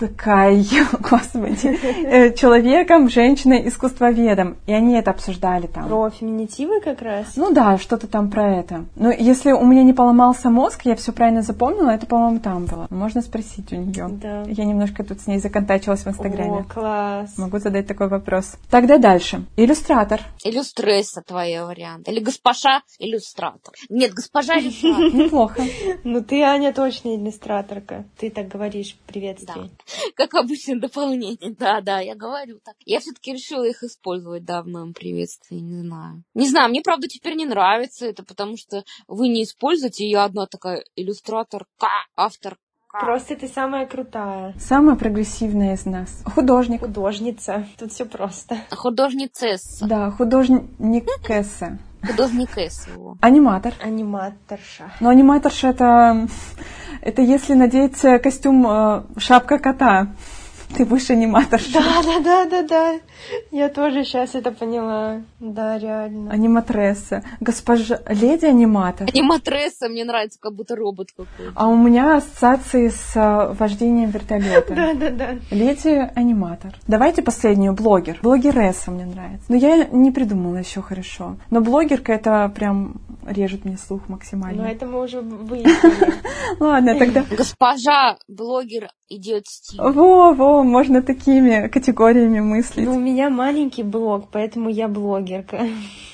такая, господи, человеком, женщиной, искусствоведом. И они это обсуждали там. Про феминитивы как раз? Ну да, что-то там про это. Но если у меня не поломался мозг, я все правильно запомнила, это, по-моему, там было. Можно спросить у нее. Да. Я немножко тут с ней законтачилась в Инстаграме. О, класс. Могу задать такой вопрос. Тогда дальше. Иллюстратор. Иллюстресса твоя вариант. Или госпожа иллюстратор. Нет, госпожа иллюстратор. Неплохо. Ну ты, Аня, точно иллюстраторка. Ты так говоришь в приветствии. Как обычно, дополнение. Да, да, я говорю так. Я все-таки решила их использовать, да, в моем приветствии, не знаю. Не знаю, мне, правда, теперь не нравится это, потому что вы не используете, я одна такая иллюстраторка, авторка. Просто ты самая крутая. Самая прогрессивная из нас. Художник. Художница. Тут все просто. Художницесса. Да, художникесса. Художникесса его. Аниматор. Аниматорша. Но аниматорша это... Это если надеть костюм э, шапка кота. Ты будешь аниматорша. Да, да, да, да, да. Я тоже сейчас это поняла. Да, реально. Аниматресса. Госпожа... Леди аниматор. Аниматресса мне нравится, как будто робот какой-то. А у меня ассоциации с э, вождением вертолета. Да, да, да. Леди аниматор. Давайте последнюю. Блогер. Блогересса мне нравится. Но я не придумала еще хорошо. Но блогерка это прям режет мне слух максимально. Но это мы уже выяснили. Ладно, тогда... Госпожа блогер идет стиль. Во-во, можно такими категориями мыслить. Ну, у меня маленький блог, поэтому я блогерка.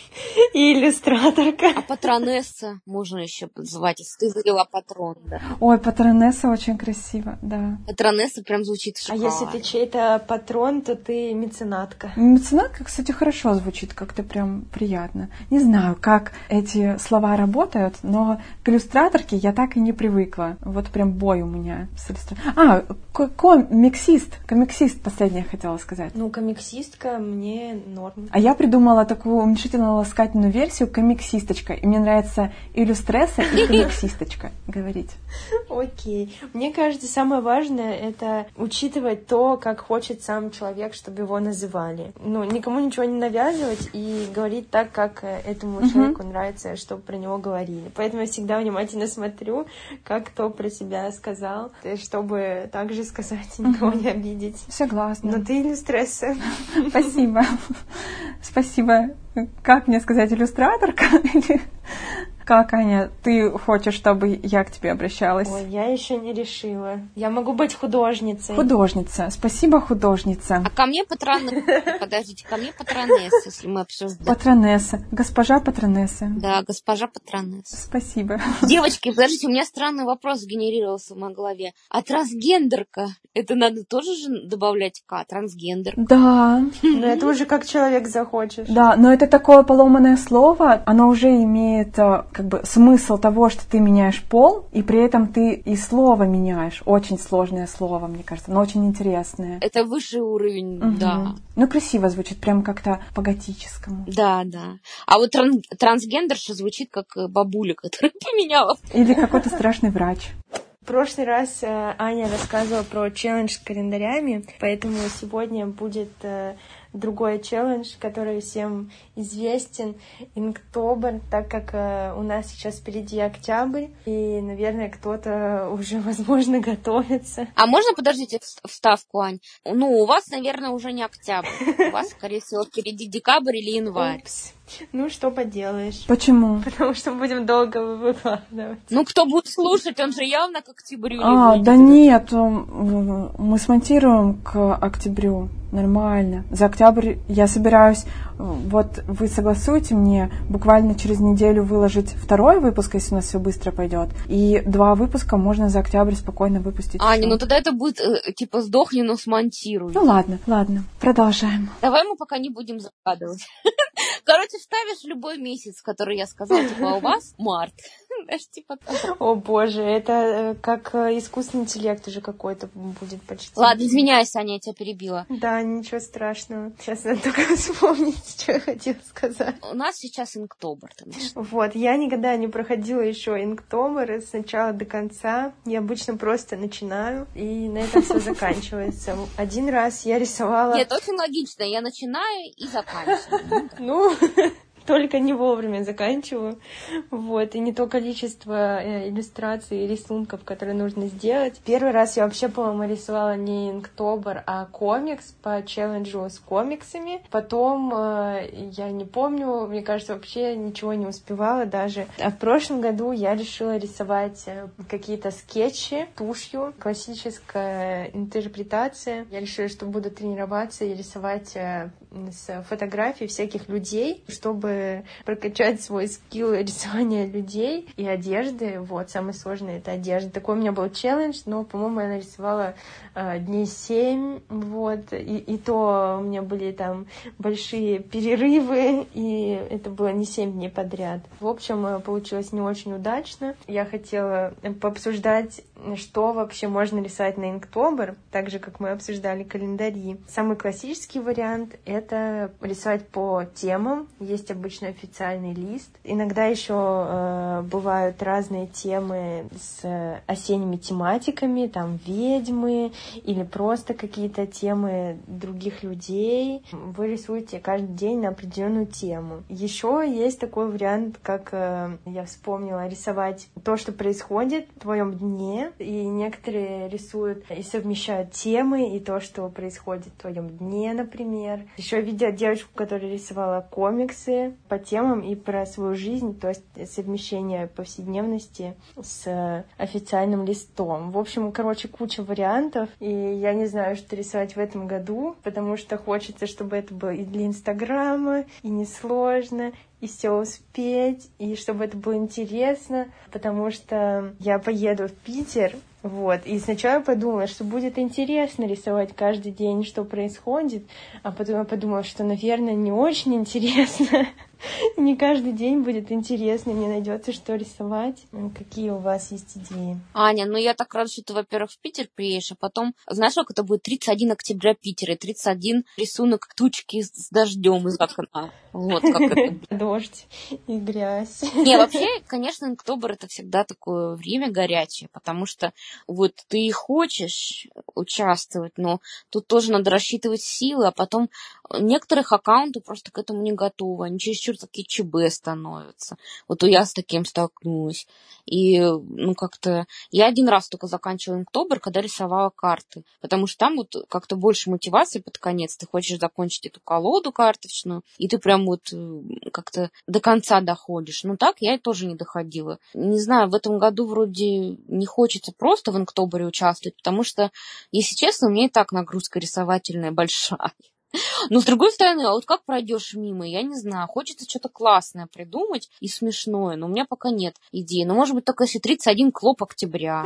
И иллюстраторка. А патронесса можно еще звать, если ты завела патрон, да. Ой, патронесса очень красиво, да. Патронесса прям звучит шикарно. А если ты чей-то патрон, то ты меценатка. Меценатка, кстати, хорошо звучит, как-то прям приятно. Не знаю, как эти слова работают, но к иллюстраторке я так и не привыкла. Вот прям бой у меня с иллюстратором. А, комиксист, комиксист последнее хотела сказать. Ну, комиксистка мне норм. А я придумала такую уменьшительно ласкательную версию комиксисточка. И мне нравится иллюстресса и комиксисточка говорить. Окей. Мне кажется, самое важное — это учитывать то, как хочет сам человек, чтобы его называли. Ну, никому ничего не навязывать и говорить так, как этому uh-huh. человеку нравится, чтобы про него говорили. Поэтому я всегда внимательно смотрю, как кто про себя сказал, чтобы также сказать и никого uh-huh. не обидеть. Согласна. Но ты иллюстресса. Спасибо. Спасибо. Как мне сказать, иллюстраторка? Или как, Аня, ты хочешь, чтобы я к тебе обращалась? Ой, я еще не решила. Я могу быть художницей. Художница. Спасибо, художница. А ко мне патронесса. Подождите, ко мне патронесса, если мы обсуждаем. Патронесса. Госпожа патронесса. Да, госпожа патронесса. Спасибо. Девочки, подождите, у меня странный вопрос сгенерировался в моей голове. А трансгендерка? Это надо тоже же добавлять К? Трансгендер. Да. Но это уже как человек захочешь. Да, но это такое поломанное слово, оно уже имеет как бы смысл того, что ты меняешь пол, и при этом ты и слово меняешь. Очень сложное слово, мне кажется, но очень интересное. Это высший уровень, угу. Да. Ну, красиво звучит, прям как-то по-готическому. Да, да. А вот тран- трансгендерша звучит как бабуля, которая поменяла. Или какой-то страшный врач. В прошлый раз э, Аня рассказывала про челлендж с календарями, поэтому сегодня будет э, другой челлендж, который всем известен, Инктобер, так как э, у нас сейчас впереди октябрь, и, наверное, кто-то уже, возможно, готовится. А можно, подождите, вставку, Ань? Ну, у вас, наверное, уже не октябрь. У вас, скорее всего, впереди декабрь или январь. Упс. Ну, что поделаешь. Почему? Потому что будем долго выкладывать. Ну, кто будет слушать, он же явно к октябрю а, не выйдет. Да нет, мы смонтируем к октябрю. Нормально. За октябрь я собираюсь, вот вы согласуете мне буквально через неделю выложить второй выпуск, если у нас все быстро пойдет. И два выпуска можно за октябрь спокойно выпустить. Аня, ну тогда это будет типа сдохни, но смонтируй. Ну ладно, ладно, продолжаем. Давай мы пока не будем загадывать. Короче, вставишь любой месяц, который я сказала, типа, у вас март. Знаешь, типа так. О боже, это как искусственный интеллект уже какой-то будет почти. Ладно, извиняюсь, Аня, я тебя перебила. Да, ничего страшного. Сейчас надо только вспомнить, что я хотела сказать. У нас сейчас Инктобер. Вот, я никогда не проходила еще Инктобер с начала до конца. Я обычно просто начинаю, и на этом все заканчивается. Один раз я рисовала... Нет, очень логично. Я начинаю и заканчиваю. Ну... только не вовремя заканчиваю. Вот, и не то количество иллюстраций и рисунков, которые нужно сделать. Первый раз я вообще, по-моему, рисовала не Inktober, а комикс по челленджу с комиксами. Потом, я не помню, мне кажется, вообще ничего не успевала даже. А в прошлом году я решила рисовать какие-то скетчи тушью, классическая интерпретация. Я решила, что буду тренироваться и рисовать с фотографий всяких людей, чтобы прокачать свой скилл рисования людей и одежды. Вот, самое сложное — это одежда. Такой у меня был челлендж, но, по-моему, я нарисовала э, дней семь, вот, и, и то у меня были там большие перерывы, и это было не семь дней подряд. В общем, получилось не очень удачно. Я хотела пообсуждать, что вообще можно рисовать на Inktober, так же, как мы обсуждали календари. Самый классический вариант — это рисовать по темам. Есть обычно официальный лист. Иногда еще э, бывают разные темы с осенними тематиками, там ведьмы или просто какие-то темы других людей. Вы рисуете каждый день на определенную тему. Еще есть такой вариант, как э, я вспомнила, рисовать то, что происходит в твоем дне. И некоторые рисуют и совмещают темы и то, что происходит в твоем дне, например. Еще видела девочку, которая рисовала комиксы по темам и про свою жизнь, то есть совмещение повседневности с официальным листом. В общем, короче, куча вариантов. И я не знаю, что рисовать в этом году, потому что хочется, чтобы это было и для Инстаграма, и несложно, и все успеть, и чтобы это было интересно, потому что я поеду в Питер, вот, и сначала я подумала, что будет интересно рисовать каждый день, что происходит, а потом я подумала, что, наверное, не очень интересно. Не каждый день будет интересно, не найдется, что рисовать. Какие у вас есть идеи? Аня, ну я так рада, что ты, во-первых, в Питер приедешь, а потом, знаешь, как это будет тридцать один октября Питера, и тридцать один рисунок тучки с дождем из окна. Вот как это. Дождь и грязь. Не, вообще, конечно, Inktober — это всегда такое время горячее, потому что вот ты и хочешь участвовать, но тут тоже надо рассчитывать силы, а потом некоторых аккаунты просто к этому не готовы, они чересчур такие ЧБ становятся. Вот я с таким столкнулась. И, ну, как-то... Я один раз только заканчивала Inktober, когда рисовала карты, потому что там вот как-то больше мотивации под конец. Ты хочешь закончить эту колоду карточную, и ты прям вот как-то до конца доходишь. Ну, так я и тоже не доходила. Не знаю, в этом году вроде не хочется просто в Inktober участвовать, потому что, если честно, у меня и так нагрузка рисовательная большая. Но, с другой стороны, а вот как пройдешь мимо, я не знаю. Хочется что-то классное придумать и смешное, но у меня пока нет идеи. Но, может быть, только если тридцать один клоп октября.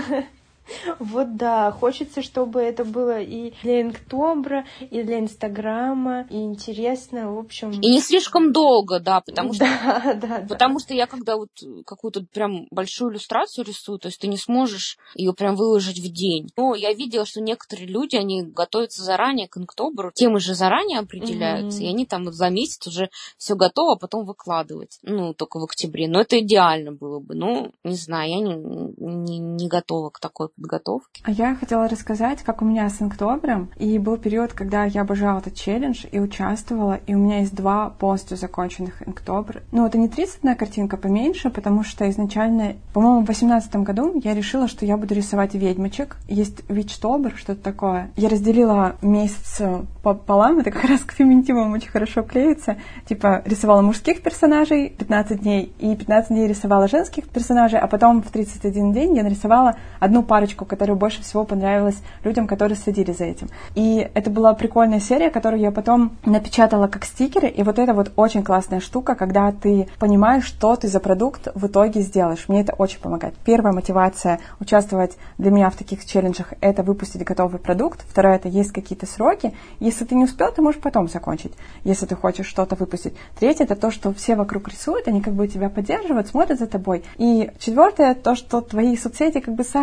Вот да, хочется, чтобы это было и для Inktober, и для Инстаграма, и интересно, в общем... И не слишком долго, да, потому что... Да, да, потому да. что я когда вот какую-то прям большую иллюстрацию рисую, то есть ты не сможешь ее прям выложить в день. Но я видела, что некоторые люди, они готовятся заранее к Inktober, темы же заранее определяются, mm-hmm. и они там вот за месяц уже все готово, а потом выкладывать. Ну, только в октябре. Но это идеально было бы. Ну, не знаю, я не, не, не готова к такой подготовки. А я хотела рассказать, как у меня с Inktober, и был период, когда я обожала этот челлендж и участвовала, и у меня есть два полностью законченных Inktober. Ну, это не тридцать одна картинка, поменьше, потому что изначально, по-моему, в восемнадцатом году я решила, что я буду рисовать ведьмочек. Есть Witchtober, что-то такое. Я разделила месяц пополам, это как раз к феминитивам очень хорошо клеится. Типа, рисовала мужских персонажей пятнадцать дней, и пятнадцать дней рисовала женских персонажей, а потом в тридцать один день я нарисовала одну парочку, которая больше всего понравилась людям, которые следили за этим. И это была прикольная серия, которую я потом напечатала как стикеры, и вот это вот очень классная штука, когда ты понимаешь, что ты за продукт в итоге сделаешь. Мне это очень помогает. Первая мотивация участвовать для меня в таких челленджах — это выпустить готовый продукт. Вторая — это есть какие-то сроки. Если ты не успел, ты можешь потом закончить, если ты хочешь что-то выпустить. Третье — это то, что все вокруг рисуют, они как бы тебя поддерживают, смотрят за тобой. И четвертое — то, что твои соцсети как бы сами наполняют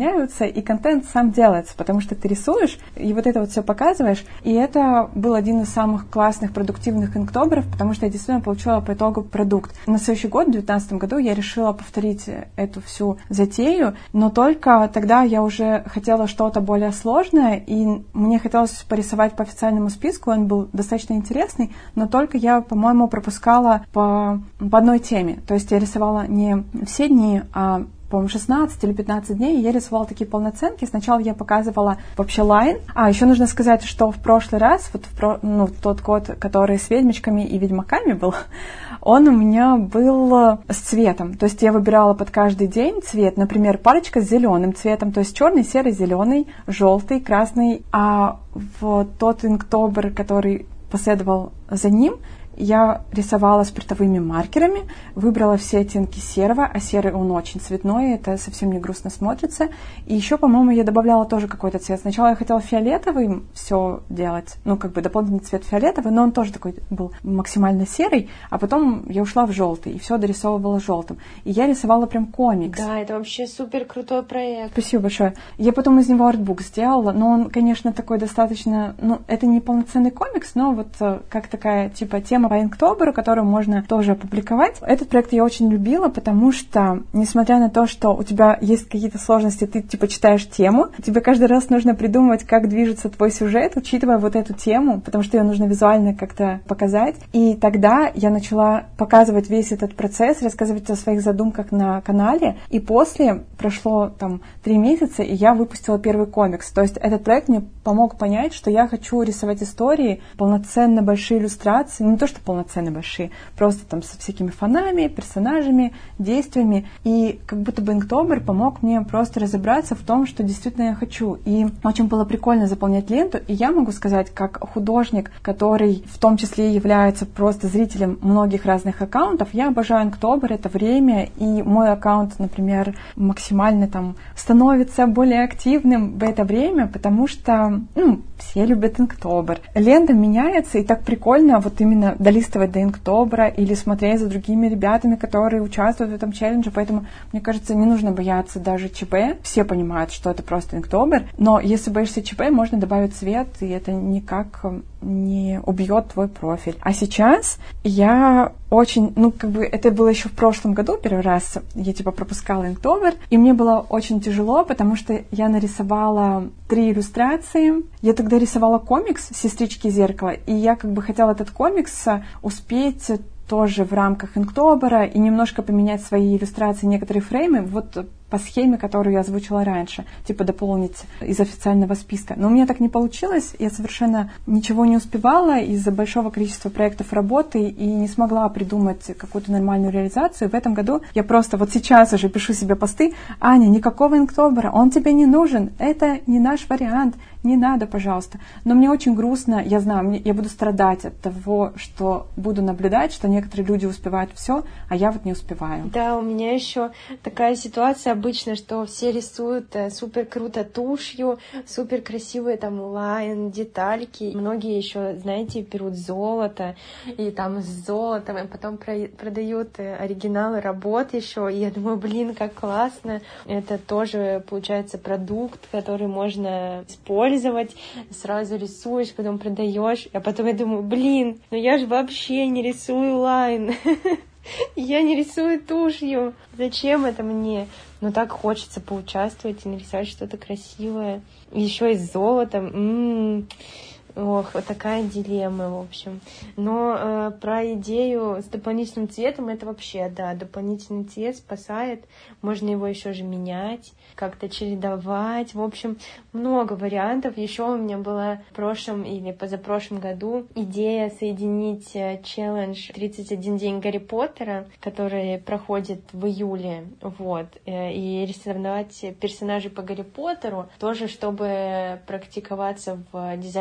заполняются, и контент сам делается, потому что ты рисуешь, и вот это вот все показываешь. И это был один из самых классных, продуктивных инктоберов, потому что я действительно получила по итогу продукт. На следующий год, в две тысячи девятнадцатом году, я решила повторить эту всю затею, но только тогда я уже хотела что-то более сложное, и мне хотелось порисовать по официальному списку, он был достаточно интересный, но только я, по-моему, пропускала по, по одной теме. То есть я рисовала не все дни, а по-моему, шестнадцать или пятнадцать дней, и я рисовала такие полноценки. Сначала я показывала вообще лайн. А, еще нужно сказать, что в прошлый раз, вот в про, ну, тот год, который с ведьмочками и ведьмаками был, он у меня был с цветом. То есть я выбирала под каждый день цвет. Например, парочка с зеленым цветом, то есть черный, серый, зеленый, желтый, красный. А в тот инктобер, который последовал за ним, я рисовала спиртовыми маркерами, выбрала все оттенки серого, а серый он очень цветной, это совсем не грустно смотрится. И еще, по-моему, я добавляла тоже какой-то цвет. Сначала я хотела фиолетовым все делать, ну, как бы дополнительный цвет фиолетовый, но он тоже такой был максимально серый, а потом я ушла в желтый и все дорисовывала желтым. И я рисовала прям комикс. Да, это вообще супер крутой проект. Спасибо большое. Я потом из него артбук сделала, но он, конечно, такой достаточно, ну, это не полноценный комикс, но вот как такая, типа, тема по инктоберу, которую можно тоже опубликовать. Этот проект я очень любила, потому что, несмотря на то, что у тебя есть какие-то сложности, ты типа читаешь тему, тебе каждый раз нужно придумывать, как движется твой сюжет, учитывая вот эту тему, потому что ее нужно визуально как-то показать. И тогда я начала показывать весь этот процесс, рассказывать о своих задумках на канале, и после прошло там три месяца, и я выпустила первый комикс. То есть этот проект мне помог понять, что я хочу рисовать истории, полноценно большие иллюстрации, не то, что полноценно большие, просто там со всякими фонами, персонажами, действиями. И как будто бы инктобер помог мне просто разобраться в том, что действительно я хочу. И очень было прикольно заполнять ленту. И я могу сказать, как художник, который в том числе является просто зрителем многих разных аккаунтов, я обожаю инктобер, это время, и мой аккаунт, например, максимально там становится более активным в это время, потому что, ну, все любят инктобер. Лента меняется, и так прикольно вот именно долистывать до инктобера или смотреть за другими ребятами, которые участвуют в этом челлендже. Поэтому, мне кажется, не нужно бояться даже ЧП. Все понимают, что это просто инктобер. Но если боишься ЧП, можно добавить цвет, и это никак не убьет твой профиль. А сейчас я очень, ну, как бы, это было еще в прошлом году, первый раз я, типа, пропускала инктобер, и мне было очень тяжело, потому что я нарисовала три иллюстрации. Я тогда рисовала комикс «Сестрички зеркала», и я, как бы, хотела этот комикс успеть тоже в рамках инктобера и немножко поменять свои иллюстрации, некоторые фреймы, вот по схеме, которую я озвучила раньше, типа дополнить из официального списка. Но у меня так не получилось, я совершенно ничего не успевала из-за большого количества проектов работы и не смогла придумать какую-то нормальную реализацию. В этом году я просто вот сейчас уже пишу себе посты: «Аня, никакого инктобера, он тебе не нужен, это не наш вариант, не надо, пожалуйста». Но мне очень грустно, я знаю, мне, я буду страдать от того, что буду наблюдать, что некоторые люди успевают все, а я вот не успеваю. Да, у меня еще такая ситуация обычно, что все рисуют э, супер круто тушью, супер красивые там лайн, детальки. Многие еще, знаете, берут золото и там с золотом, и потом про- продают э, оригиналы работ еще. И я думаю, блин, как классно. Это тоже, получается, продукт, который можно использовать. Сразу рисуешь, потом продаешь. А потом я думаю, блин, ну я же вообще не рисую лайн. Я не рисую тушью. Зачем это мне? Но так хочется поучаствовать и нарисовать что-то красивое. Еще и с золотом. М-м-м. Ох, вот такая дилемма, в общем. Но э, про идею с дополнительным цветом, это вообще, да, дополнительный цвет спасает. Можно его еще же менять, как-то чередовать. В общем, много вариантов. Еще у меня была в прошлом или позапрошлом году идея соединить челлендж тридцать один день Гарри Поттера, который проходит в июле, вот, и рисовать персонажей по Гарри Поттеру, тоже чтобы практиковаться в дизайне персонажей,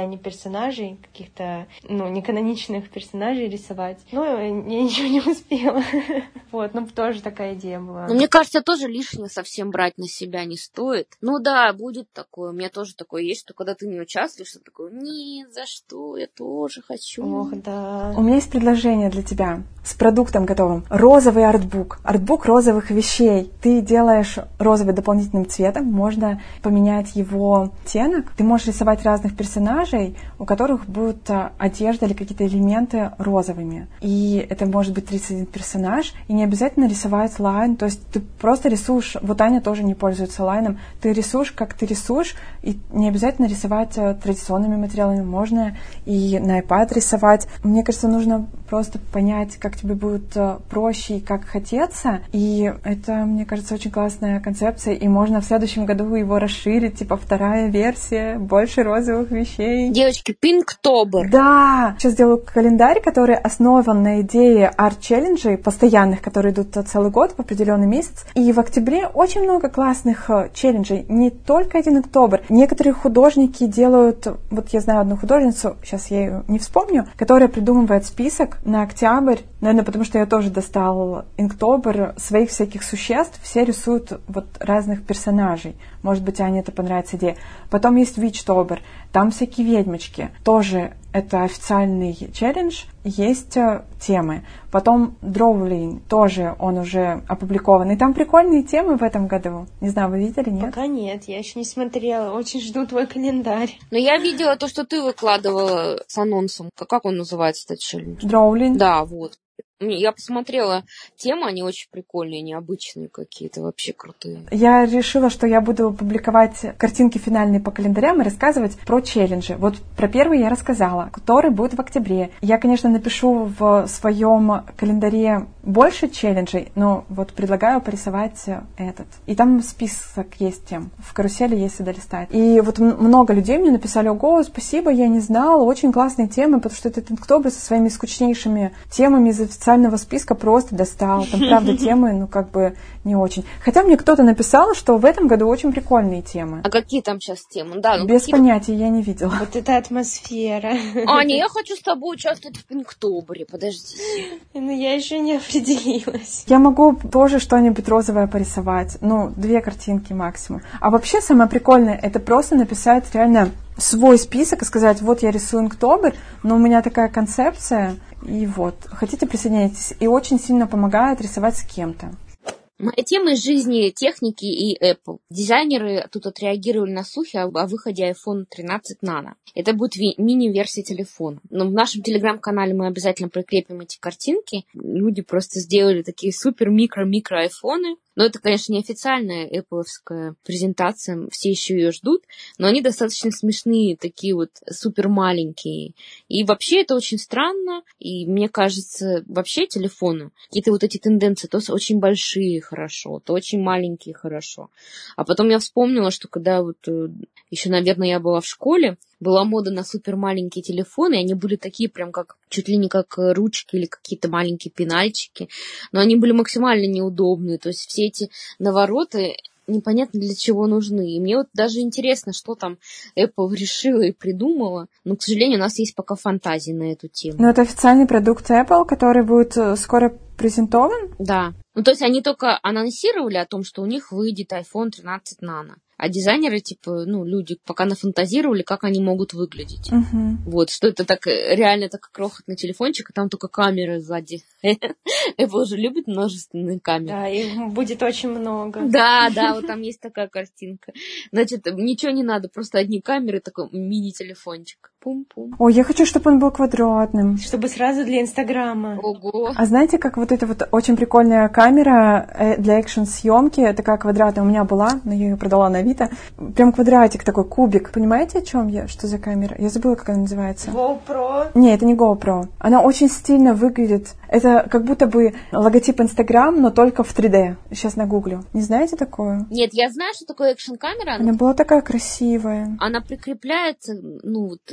персонажей, каких-то, ну, неканоничных персонажей рисовать. Но я ничего не успела. Вот, ну, тоже такая идея была. Ну, мне кажется, тоже лишнее совсем брать на себя не стоит. Ну да, будет такое. У меня тоже такое есть, что когда ты не участвуешь, ты такой, нет, за что, я тоже хочу. Ох, да. У меня есть предложение для тебя с продуктом готовым. Розовый артбук. Артбук розовых вещей. Ты делаешь розовый дополнительным цветом, можно поменять его оттенок. Ты можешь рисовать разных персонажей, у которых будут одежда или какие-то элементы розовыми. И это может быть тридцать один персонаж, и не обязательно рисовать лайн. То есть ты просто рисуешь, вот Аня тоже не пользуется лайном, ты рисуешь, как ты рисуешь, и не обязательно рисовать традиционными материалами, можно и на iPad рисовать. Мне кажется, нужно просто понять, как тебе будет проще и как хотеться, и это, мне кажется, очень классная концепция, и можно в следующем году его расширить, типа вторая версия, больше розовых вещей. Девочки, Pinktober. Да! Сейчас делаю календарь, который основан на идее арт-челленджей постоянных, которые идут целый год в определенный месяц, и в октябре очень много классных челленджей, не только один октобер. Некоторые художники делают, вот я знаю одну художницу, сейчас я ее не вспомню, которая придумывает список на октябрь, наверное, потому что я тоже достал Inktober, своих всяких существ, все рисуют вот разных персонажей. Может быть, Ане это понравится идея. Потом есть Witchtober, там всякие ведьмочки. Тоже это официальный челлендж, есть темы. Потом Drawling, тоже он уже опубликован. И там прикольные темы в этом году. Не знаю, вы видели, нет? Пока нет, я еще не смотрела. Очень жду твой календарь. Но я видела то, что ты выкладывала с анонсом. Как он называется, этот челлендж? Drawling. Да, вот. Я посмотрела темы, они очень прикольные, необычные какие-то, вообще крутые. Я решила, что я буду публиковать картинки финальные по календарям и рассказывать про челленджи. Вот про первый я рассказала, который будет в октябре. Я, конечно, напишу в своем календаре больше челленджей, но вот предлагаю порисовать этот. И там список есть тем. В карусели есть сюда листать. И вот много людей мне написали: ого, спасибо, я не знала, очень классные темы, потому что этот Inktober со своими скучнейшими темами из официального списка просто достал. Там, правда, темы, ну, как бы не очень. Хотя мне кто-то написал, что в этом году очень прикольные темы. А какие там сейчас темы? Да, ну, без какие... понятия, я не видела. Вот это атмосфера. Аня, я хочу с тобой участвовать в Pinktober, подожди. Ну, я еще не определилась. Я могу тоже что-нибудь розовое порисовать. Ну, две картинки максимум. А вообще самое прикольное, это просто написать реально свой список и сказать: вот я рисую Inktober, но у меня такая концепция, и вот, хотите, присоединяйтесь. И очень сильно помогает рисовать с кем-то. Моя тема из жизни техники и Apple. Дизайнеры тут отреагировали на слухи о выходе айфон тринадцать нано. Это будет ви- мини-версия телефона. Но в нашем телеграм-канале мы обязательно прикрепим эти картинки. Люди просто сделали такие супер-микро-микро айфоны. Но это, конечно, не официальная Apple-овская презентация, все еще ее ждут, но они достаточно смешные, такие вот супер маленькие. И вообще это очень странно, и мне кажется, вообще телефоны, какие-то вот эти тенденции, то очень большие хорошо, то очень маленькие хорошо. А потом я вспомнила, что когда вот еще, наверное, я была в школе, была мода на супер маленькие телефоны, и они были такие прям как, чуть ли не как ручки или какие-то маленькие пенальчики, но они были максимально неудобные, то есть все эти навороты непонятно для чего нужны. И мне вот даже интересно, что там Apple решила и придумала, но, к сожалению, у нас есть пока фантазии на эту тему. Но это официальный продукт Apple, который будет скоро презентован? Да. Ну, то есть они только анонсировали о том, что у них выйдет айфон тринадцать нано. А дизайнеры, типа, ну, люди пока нафантазировали, как они могут выглядеть. Uh-huh. Вот, что это так реально так крохотный телефончик, а там только камера сзади. Apple же любит множественные камеры. Да, их будет очень много. Да, да, вот там есть такая картинка. Значит, ничего не надо, просто одни камеры, такой мини-телефончик. Пум-пум. Ой, я хочу, чтобы он был квадратным. Чтобы сразу для Инстаграма. Ого. А знаете, как вот эта вот очень прикольная камера для экшн-съемки, такая квадратная у меня была, но я ее продала на Авито. Прям квадратик такой, кубик. Понимаете, о чем я? Что за камера? Я забыла, как она называется. GoPro? Не, это не GoPro. Она очень стильно выглядит. Это как будто бы логотип Instagram, но только в три дэ. Сейчас нагуглю. Не знаете такую? Нет, я знаю, что такое экшн-камера. Она была такая красивая. Она прикрепляется, ну, вот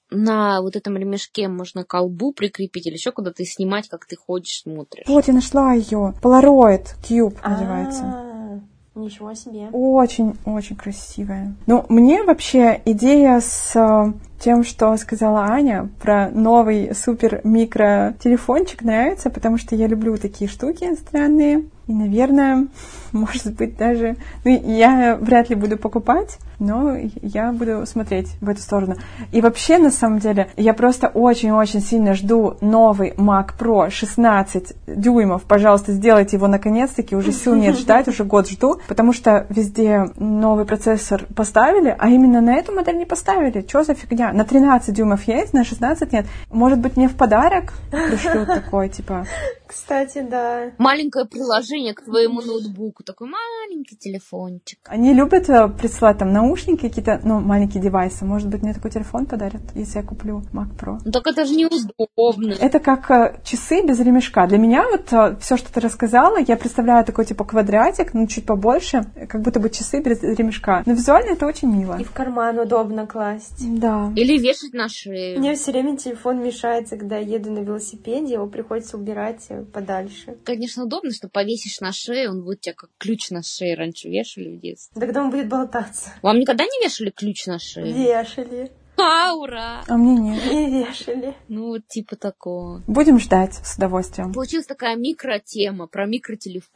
на вот этом ремешке можно колбу прикрепить или еще куда-то и снимать, как ты ходишь, смотришь. Вот, я нашла ее. Polaroid Cube называется. Ничего себе. Очень-очень красивая. Ну, мне вообще идея с тем, что сказала Аня про новый супер-микро телефончик, нравится, потому что я люблю такие штуки странные. И, наверное, может быть, даже... Ну, я вряд ли буду покупать, но я буду смотреть в эту сторону. И вообще, на самом деле, я просто очень-очень сильно жду новый Mac Pro шестнадцать дюймов. Пожалуйста, сделайте его наконец-таки. Уже сил нет ждать, уже год жду. Потому что везде новый процессор поставили, а именно на эту модель не поставили. Что за фигня? На тринадцать дюймов есть, на шестнадцать нет. Может быть, мне в подарок пришлют такой, типа... Кстати, да. Маленькое приложение к твоему ноутбуку. Такой маленький телефончик. Они любят присылать там наушники, какие-то, ну, маленькие девайсы. Может быть, мне такой телефон подарят, если я куплю Mac Pro. Ну, так это же неудобно. Это как часы без ремешка. Для меня вот все, что ты рассказала, я представляю такой, типа, квадратик, ну, чуть побольше, как будто бы часы без ремешка. Но визуально это очень мило. И в карман удобно класть. Да. Или вешать на шею. Мне все время телефон мешается, когда я еду на велосипеде, его приходится убирать подальше. Конечно, удобно, что повесишь на шею, он будет у тебя как ключ на шее. Раньше вешали в детстве. Тогда он будет болтаться. Вам никогда не вешали ключ на шею? Вешали. А, ура! А мне нет. Не вешали. Ну, вот типа такого. Будем ждать с удовольствием. Получилась такая микротема про микротелефон.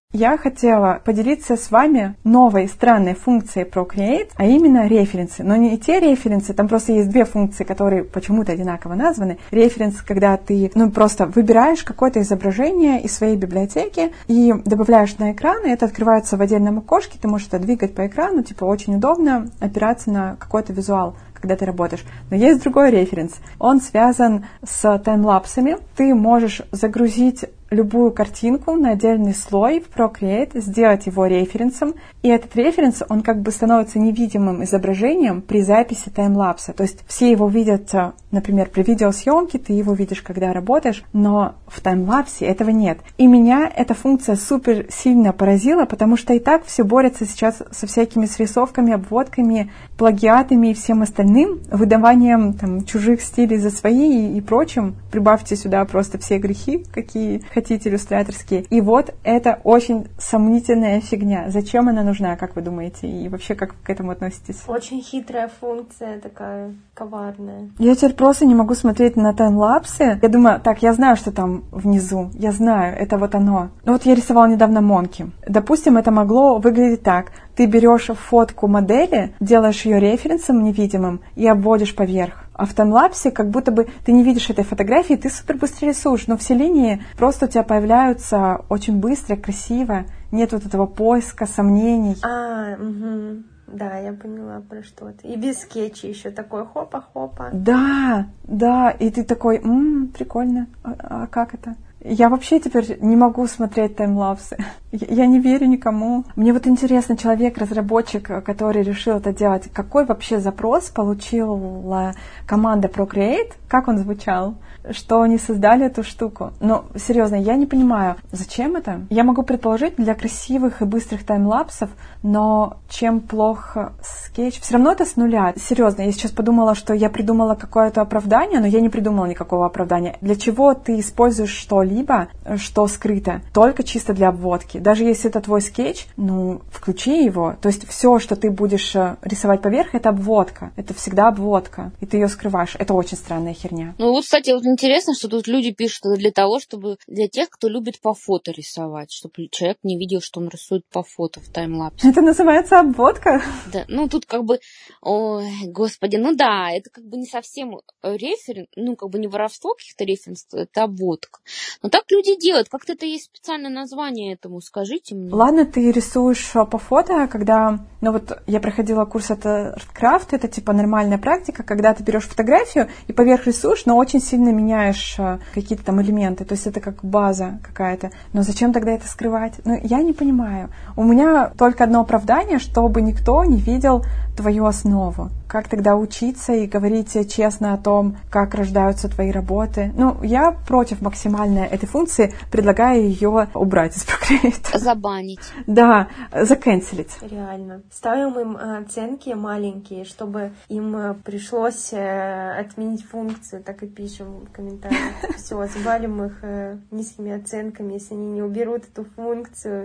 Я хотела поделиться с вами новой странной функцией Procreate, а именно референсы. Но не те референсы, там просто есть две функции, которые почему-то одинаково названы. Референс, когда ты ну, просто выбираешь какое-то изображение из своей библиотеки и добавляешь на экран, и это открывается в отдельном окошке, ты можешь это двигать по экрану, типа очень удобно опираться на какой-то визуал, когда ты работаешь. Но есть другой референс. Он связан с таймлапсами. Ты можешь загрузить любую картинку на отдельный слой в Procreate, сделать его референсом, и этот референс, он как бы становится невидимым изображением при записи таймлапса. То есть все его видят, например, при видеосъемке, ты его видишь, когда работаешь, но в таймлапсе этого нет. И меня эта функция супер сильно поразила, потому что и так все борются сейчас со всякими срисовками, обводками, плагиатами и всем остальным, выдаванием там, чужих стилей за свои и, и прочим. Прибавьте сюда просто все грехи, какие хотите, иллюстраторские. И вот это очень сомнительная фигня. Зачем она нужна, как вы думаете? И вообще, как вы к этому относитесь? Очень хитрая функция, такая коварная. Я теперь просто не могу смотреть на таймлапсы. Я думаю, так, я знаю, что там внизу. Я знаю, это вот оно. Ну вот я рисовала недавно Монки. Допустим, это могло выглядеть так. Ты берешь фотку модели, делаешь ее референсом невидимым и обводишь поверх. А в таймлапсе как будто бы ты не видишь этой фотографии, ты супер быстро рисуешь, но все линии просто у тебя появляются очень быстро, красиво. Нет вот этого поиска, сомнений. А, угу. Да, я поняла, про что ты. И без скетча еще такой хопа-хопа. Да, да, и ты такой, м-м, прикольно, а, а как это? Я вообще теперь не могу смотреть таймлапсы. Я не верю никому. Мне вот интересно, человек-разработчик, который решил это делать, какой вообще запрос получила команда Procreate? Как он звучал? Что они создали эту штуку? Но, серьезно, я не понимаю, зачем это? Я могу предположить для красивых и быстрых таймлапсов, но чем плох скетч? Все равно это с нуля. Серьезно, я сейчас подумала, что я придумала какое-то оправдание, но я не придумала никакого оправдания. Для чего ты используешь что-либо, что скрыто? Только чисто для обводки. Даже если это твой скетч, ну, включи его. То есть все, что ты будешь рисовать поверх, это обводка. Это всегда обводка. И ты ее скрываешь. Это очень странная херня. Ну вот, кстати, вот интересно, что тут люди пишут это для того, чтобы для тех, кто любит по фото рисовать, чтобы человек не видел, что он рисует по фото в таймлапсе. Это называется обводка? Да, ну тут как бы, ой, господи, ну да, это как бы не совсем референс, ну как бы не воровство каких-то референсов, это обводка. Но так люди делают, как-то это есть специальное название этому, скажите мне. Ладно, ты рисуешь по фото, когда, ну вот я проходила курс от ArtCraft, это типа нормальная практика, когда ты берешь фотографию и поверх рисуешь, но очень сильно меняешь какие-то там элементы, то есть это как база какая-то. Но зачем тогда это скрывать? Ну, я не понимаю. У меня только одно оправдание, чтобы никто не видел твою основу. Как тогда учиться и говорить честно о том, как рождаются твои работы? Ну, я против максимально этой функции, предлагаю ее убрать из Procreate. Забанить. Да, заканцелить. Реально. Ставим им оценки маленькие, чтобы им пришлось отменить функцию, так и пишем в комментариях. Все, забалим их низкими оценками, если они не уберут эту функцию.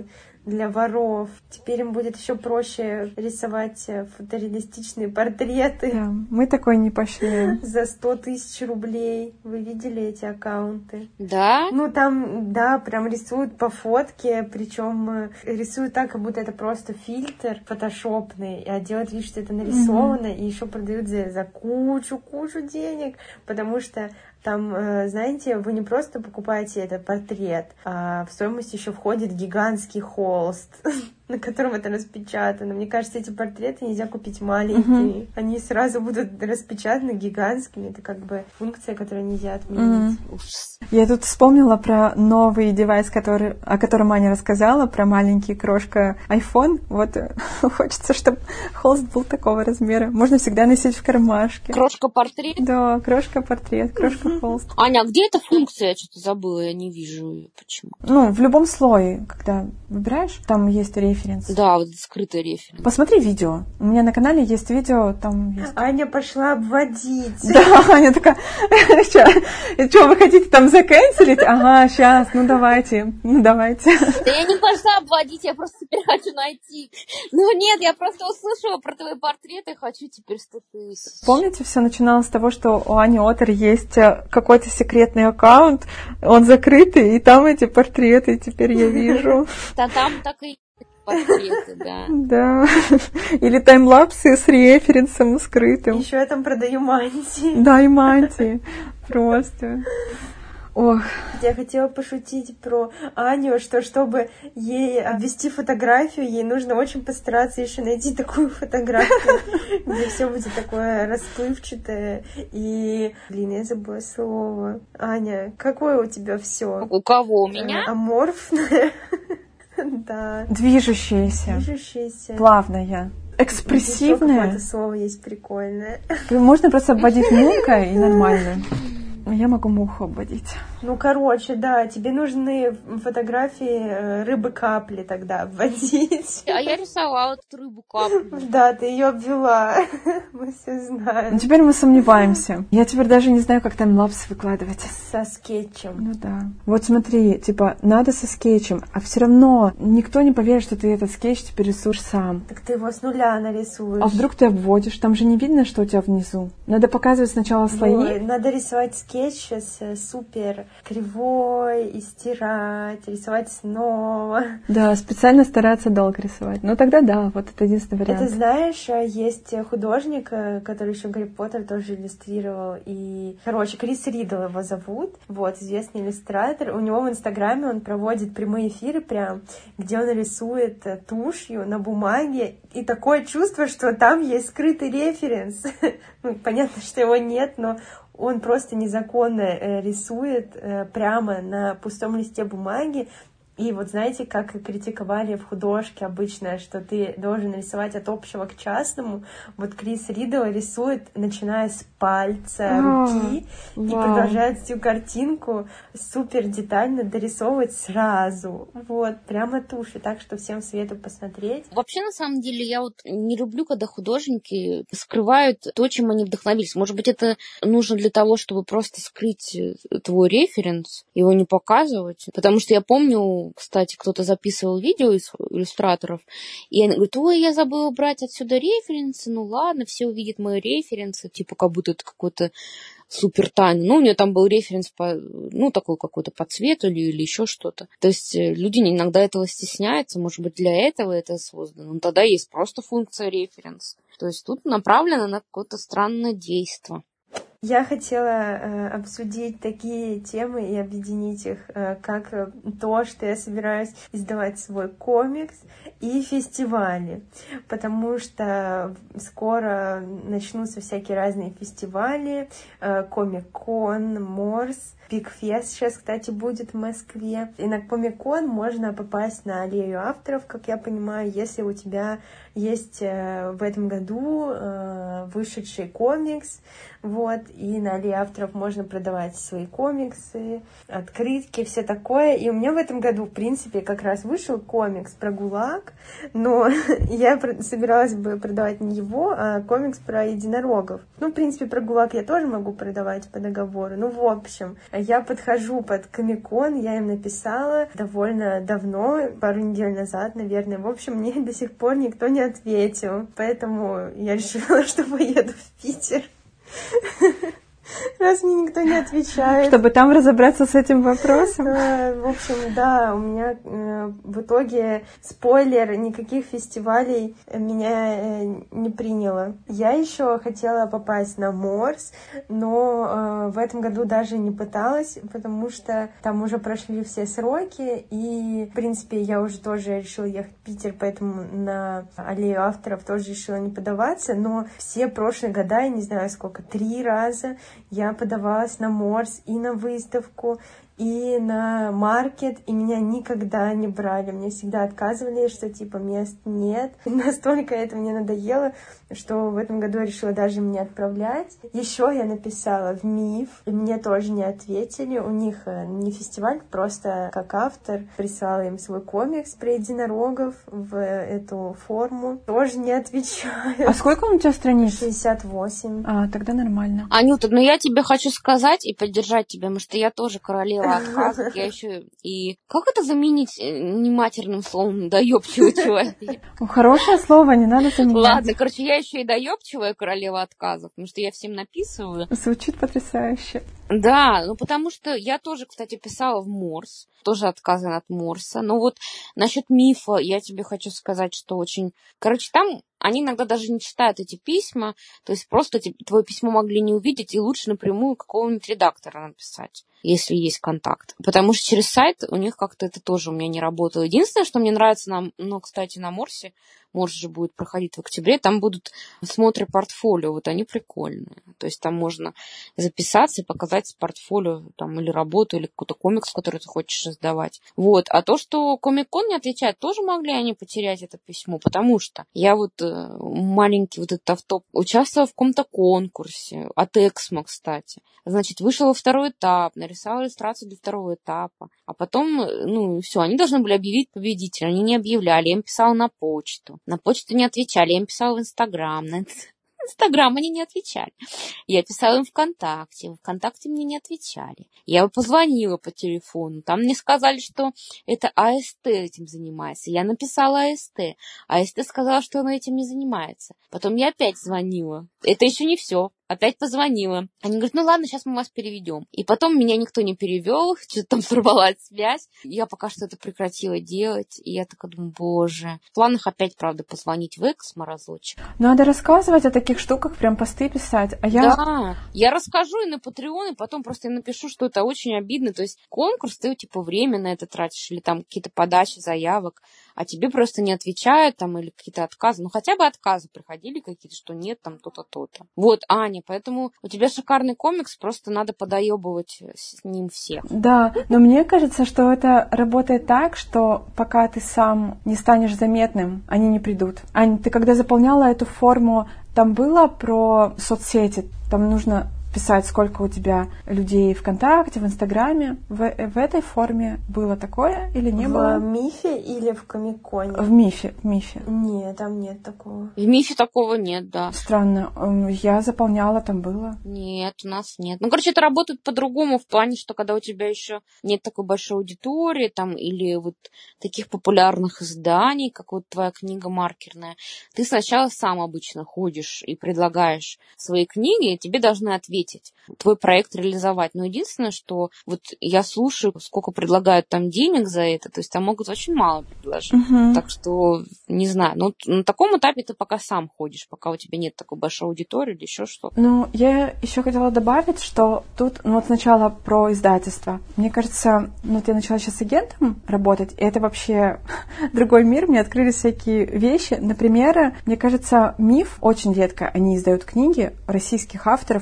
для воров. Теперь им будет еще проще рисовать фотореалистичные портреты. Да, мы такой не пошли. За сто тысяч рублей. Вы видели эти аккаунты? Да? Ну, там, да, прям рисуют по фотке, причем рисуют так, как будто это просто фильтр фотошопный, а делают вид, что это нарисовано, mm-hmm. и еще продают за, за кучу-кучу денег, потому что там, знаете, вы не просто покупаете этот портрет, а в стоимость еще входит гигантский холст, на котором это распечатано. Мне кажется, эти портреты нельзя купить маленькие. Uh-huh. Они сразу будут распечатаны гигантскими. Это как бы функция, которую нельзя отменить. Uh-huh. Я тут вспомнила про новый девайс, который, о котором Аня рассказала, про маленький крошка iPhone. Вот хочется, чтобы холст был такого размера. Можно всегда носить в кармашке. Крошка-портрет? Да, крошка-портрет, крошка-холст. Аня, а где эта функция? Я что-то забыла, я не вижу ее. Почему? Ну, в любом слое, когда выбираешь, там есть референс. Да, вот скрытый референс. Посмотри видео. У меня на канале есть видео, там есть... Аня пошла обводить. Да, Аня такая, что, вы хотите там заканчивать? Ага, сейчас, ну давайте, ну давайте. Да я не пошла обводить, я просто теперь хочу найти. Ну нет, я просто услышала про твои портреты, хочу теперь сто тысяч. Помните, все начиналось с того, что у Ани Отер есть какой-то секретный аккаунт, он закрытый, и там эти портреты теперь я вижу. Да там так и портреты, да. Да. Или таймлапсы с референсом скрытым. Еще я там продаю мантии. Да, и мантии. Просто. Ох. Я хотела пошутить про Аню, что чтобы ей обвести фотографию, ей нужно очень постараться еще найти такую фотографию, где все будет такое расплывчатое и... Блин, я забыла слово. Аня, какое у тебя все? У кого? У меня? Аморфное. Да. Движущееся. Движущееся. Плавное. Экспрессивное. Какое-то слово есть прикольное. Можно просто обводить мелко и нормально. Я могу муху обводить. Ну, короче, да, тебе нужны фотографии рыбы-капли тогда обводить. А я рисовала тут рыбу-каплю. Да, ты ее обвела. Мы все знаем. Ну, теперь мы сомневаемся. Я теперь даже не знаю, как таймлапс выкладывать. Со скетчем. Ну да. Вот смотри, типа, надо со скетчем, а все равно никто не поверит, что ты этот скетч теперь рисуешь сам. Так ты его с нуля нарисуешь. А вдруг ты обводишь? Там же не видно, что у тебя внизу. Надо показывать сначала слои. Ой, надо рисовать скетч с супер кривой и стирать, рисовать снова. Да, специально стараться долго рисовать. Ну тогда да, вот это единственный вариант. Это знаешь, есть художник, который еще Гарри Поттер тоже иллюстрировал. И, короче, Крис Ридл его зовут. Вот, известный иллюстратор. У него в Инстаграме он проводит прямые эфиры прям, где он рисует тушью на бумаге. И такое чувство, что там есть скрытый референс. Ну, понятно, что его нет, но он просто незаконно рисует прямо на пустом листе бумаги. И вот знаете, как критиковали в художке обычно, что ты должен рисовать от общего к частному. Вот Крис Ридл рисует, начиная с пальца, руки, Вау. И продолжает всю картинку супер детально дорисовывать сразу. Вот, прямо тушью. Так что всем советую посмотреть. Вообще, на самом деле, я вот не люблю, когда художники скрывают то, чем они вдохновились. Может быть, это нужно для того, чтобы просто скрыть твой референс, его не показывать. Потому что я помню, кстати, кто-то записывал видео из иллюстраторов, и они говорят: ой, я забыла убрать отсюда референсы, ну ладно, все увидят мои референсы, типа как будто это какой-то супер тайна. Ну, у нее там был референс по, ну, такой какой-то по цвету или, или еще что-то. То есть люди иногда этого стесняются, может быть, для этого это создано. Но тогда есть просто функция референс. То есть тут направлено на какое-то странное действие. Я хотела э, обсудить такие темы и объединить их, э, как э, то, что я собираюсь издавать свой комикс и фестивали, потому что скоро начнутся всякие разные фестивали, э, Комик-кон, Морс, Пикфест сейчас, кстати, будет в Москве. И на Комик-кон можно попасть на аллею авторов, как я понимаю, если у тебя есть в этом году вышедший комикс, вот, и на Аллее авторов можно продавать свои комиксы, открытки, все такое. И у меня в этом году, в принципе, как раз вышел комикс про ГУЛАГ, но я собиралась бы продавать не его, а комикс про единорогов. Ну, в принципе, про ГУЛАГ я тоже могу продавать по договору. Ну, в общем, я подхожу под Комик-кон, я им написала довольно давно, пару недель назад, наверное. В общем, мне до сих пор никто не ответил, поэтому я решила, что поеду в Питер. Раз мне никто не отвечает. Чтобы там разобраться с этим вопросом. В общем, да, у меня в итоге, спойлер, никаких фестивалей меня не приняло. Я еще хотела попасть на Морс, но в этом году даже не пыталась, потому что там уже прошли все сроки, и, в принципе, я уже тоже решила ехать в Питер, поэтому на Аллею авторов тоже решила не подаваться, но все прошлые года, я не знаю сколько, три раза я подавалась на Морс и на выставку, и на маркет, и меня никогда не брали. Мне всегда отказывали, что типа мест нет. Настолько это мне надоело, что в этом году я решила даже не отправлять. Еще я написала в МИФ, и мне тоже не ответили. У них не фестиваль, просто как автор прислала им свой комикс про единорогов в эту форму. Тоже не отвечают. А сколько он у тебя страниц? шестьдесят восемь. А, тогда нормально. Анюта, ну я тебе хочу сказать и поддержать тебя, потому что я тоже королева отказов. Я еще и... Как это заменить нематерным словом доёбчивого? Хорошее слово, не надо заменять. Ладно, короче, я еще и доёбчивая королева отказов, потому что я всем написываю. Звучит потрясающе. Да, ну потому что я тоже, кстати, писала в Морс, тоже отказан от Морса. Но вот насчет мифа я тебе хочу сказать, что очень... Короче, там они иногда даже не читают эти письма, то есть просто твое письмо могли не увидеть, и лучше напрямую какого-нибудь редактора написать, если есть контакт. Потому что через сайт у них как-то это тоже у меня не работало. Единственное, что мне нравится, на, ну, кстати, на Морсе, Морс же будет проходить в октябре, там будут смотры портфолио, вот они прикольные. То есть там можно записаться и показать портфолио, там, или работу, или какой-то комикс, который ты хочешь издавать. Вот. А то, что Комик-кон не отвечает, тоже могли они потерять это письмо, потому что я вот маленький вот этот автоп участвовала в каком-то конкурсе, от Эксмо, кстати. Значит, вышла во второй этап, нарисовала иллюстрацию для второго этапа, а потом, ну, все, они должны были объявить победителя, они не объявляли, я им писала на почту. На почту не отвечали, я им писала в Инстаграм. На Инстаграм они не отвечали. Я писала им ВКонтакте, ВКонтакте мне не отвечали. Я позвонила по телефону, там мне сказали, что это АСТ этим занимается. Я написала АСТ. АСТ сказала, что она этим не занимается. Потом я опять звонила. Это еще не все. Опять позвонила. Они говорят, ну ладно, сейчас мы вас переведем. И потом меня никто не перевел, что-то там сорвалась связь. Я пока что это прекратила делать. И я такая думаю, боже. В планах опять, правда, позвонить в Эксмо разочек. Надо рассказывать о таких штуках, прям посты писать. А я... Да, я расскажу и на Patreon, и потом просто я напишу, что это очень обидно. То есть конкурс, ты типа время на это тратишь, или там какие-то подачи заявок, а тебе просто не отвечают, там, или какие-то отказы. Ну, хотя бы отказы приходили какие-то, что нет, там, то-то, то-то. Вот, Аня, поэтому у тебя шикарный комикс, просто надо подоебывать с ним всех. Да, но мне кажется, что это работает так, что пока ты сам не станешь заметным, они не придут. Ань, ты когда заполняла эту форму, там было про соцсети, там нужно писать, сколько у тебя людей ВКонтакте, в Инстаграме. В, в этой форме было такое или не в было? В МИФе или в Комик-коне? В МИФе, в МИФе. Нет, там нет такого. В МИФе такого нет, да. Странно. Я заполняла, там было. Нет, у нас нет. Ну, короче, это работает по-другому в плане, что когда у тебя еще нет такой большой аудитории, там, или вот таких популярных изданий, как вот твоя книга маркерная, ты сначала сам обычно ходишь и предлагаешь свои книги, и тебе должны ответить, твой проект реализовать. Но единственное, что вот я слушаю, сколько предлагают там денег за это, то есть там могут очень мало предложить. Uh-huh. Так что, не знаю, ну, на таком этапе ты пока сам ходишь, пока у тебя нет такой большой аудитории или еще что-то. Ну, я еще хотела добавить, что тут, ну, вот сначала про издательство. Мне кажется, ну, вот я начала сейчас с агентом работать, и это вообще другой мир, мне открылись всякие вещи. Например, мне кажется, МИФ очень редко они издают книги российских авторов, и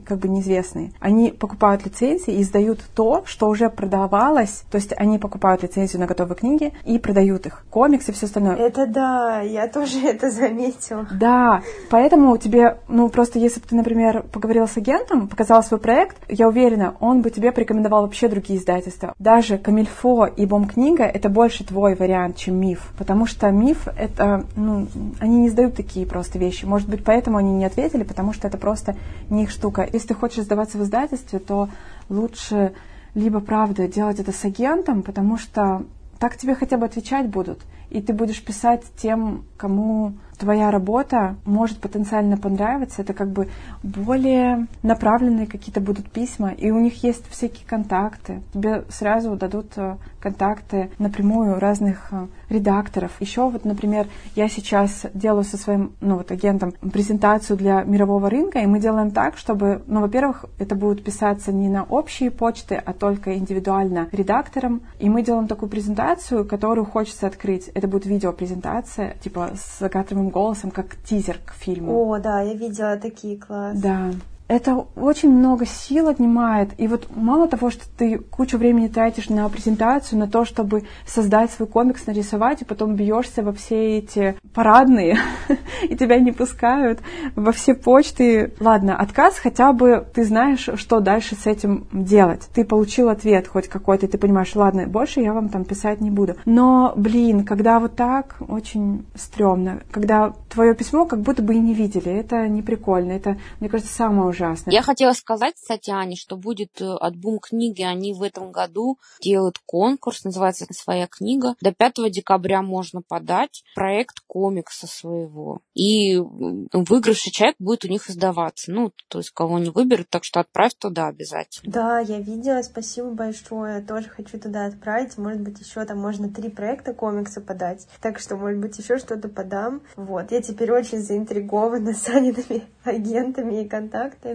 как бы неизвестные. Они покупают лицензии и издают то, что уже продавалось, то есть они покупают лицензию на готовые книги и продают их. Комиксы, все остальное. Это да, я тоже это заметила. Да, поэтому тебе, ну просто если бы ты, например, поговорила с агентом, показала свой проект, я уверена, он бы тебе порекомендовал вообще другие издательства. Даже Комильфо и Бом-книга — это больше твой вариант, чем Миф, потому что Миф — это, ну, они не издают такие просто вещи. Может быть, поэтому они не ответили, потому что это просто не их штука. Если ты хочешь сдаваться в издательстве, то лучше либо, правда, делать это с агентом, потому что так тебе хотя бы отвечать будут, и ты будешь писать тем, кому твоя работа может потенциально понравиться. Это как бы более направленные какие-то будут письма, и у них есть всякие контакты. Тебе сразу дадут контакты напрямую разных редакторов. Еще вот, например, я сейчас делаю со своим, ну вот, агентом презентацию для мирового рынка, и мы делаем так, чтобы, ну, во-первых, это будет писаться не на общие почты, а только индивидуально редакторам. И мы делаем такую презентацию, которую хочется открыть. Это будет видеопрезентация, типа с закадровым голосом, как тизер к фильму. О, да, я видела такие, класс. Да. Это очень много сил отнимает. И вот мало того, что ты кучу времени тратишь на презентацию, на то, чтобы создать свой комикс, нарисовать, и потом бьешься во все эти парадные, и тебя не пускают, во все почты. Ладно, отказ хотя бы ты знаешь, что дальше с этим делать. Ты получил ответ хоть какой-то, и ты понимаешь, ладно, больше я вам там писать не буду. Но, блин, когда вот так, очень стрёмно. Когда твое письмо как будто бы и не видели. Это не прикольно. Это, мне кажется, самое ужасно. Я хотела сказать, кстати, Ане, что будет от Бум-книги. Они в этом году делают конкурс, называется «Своя книга». До пятого декабря можно подать проект комикса своего. И выигравший человек будет у них издаваться. Ну, то есть кого не выберут, так что отправь туда обязательно. Да, я видела, спасибо большое. Я тоже хочу туда отправить. Может быть, еще там можно три проекта комикса подать. Так что, может быть, еще что-то подам. Вот. Я теперь очень заинтригована с Аниными агентами и контактами.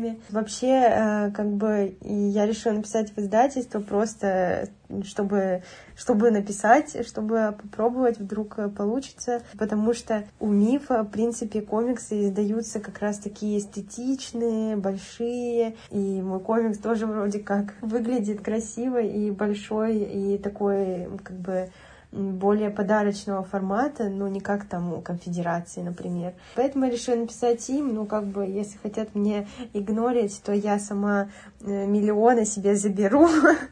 Вообще, как бы, я решила написать в издательство просто, чтобы, чтобы написать, чтобы попробовать, вдруг получится. Потому что у Мифа, в принципе, комиксы издаются как раз такие эстетичные, большие. И мой комикс тоже вроде как выглядит красиво и большой, и такой, как бы, более подарочного формата, ну, не как там у Конфедерации, например. Поэтому я решила написать им, ну, как бы, если хотят мне игнорить, то я сама миллионы себе заберу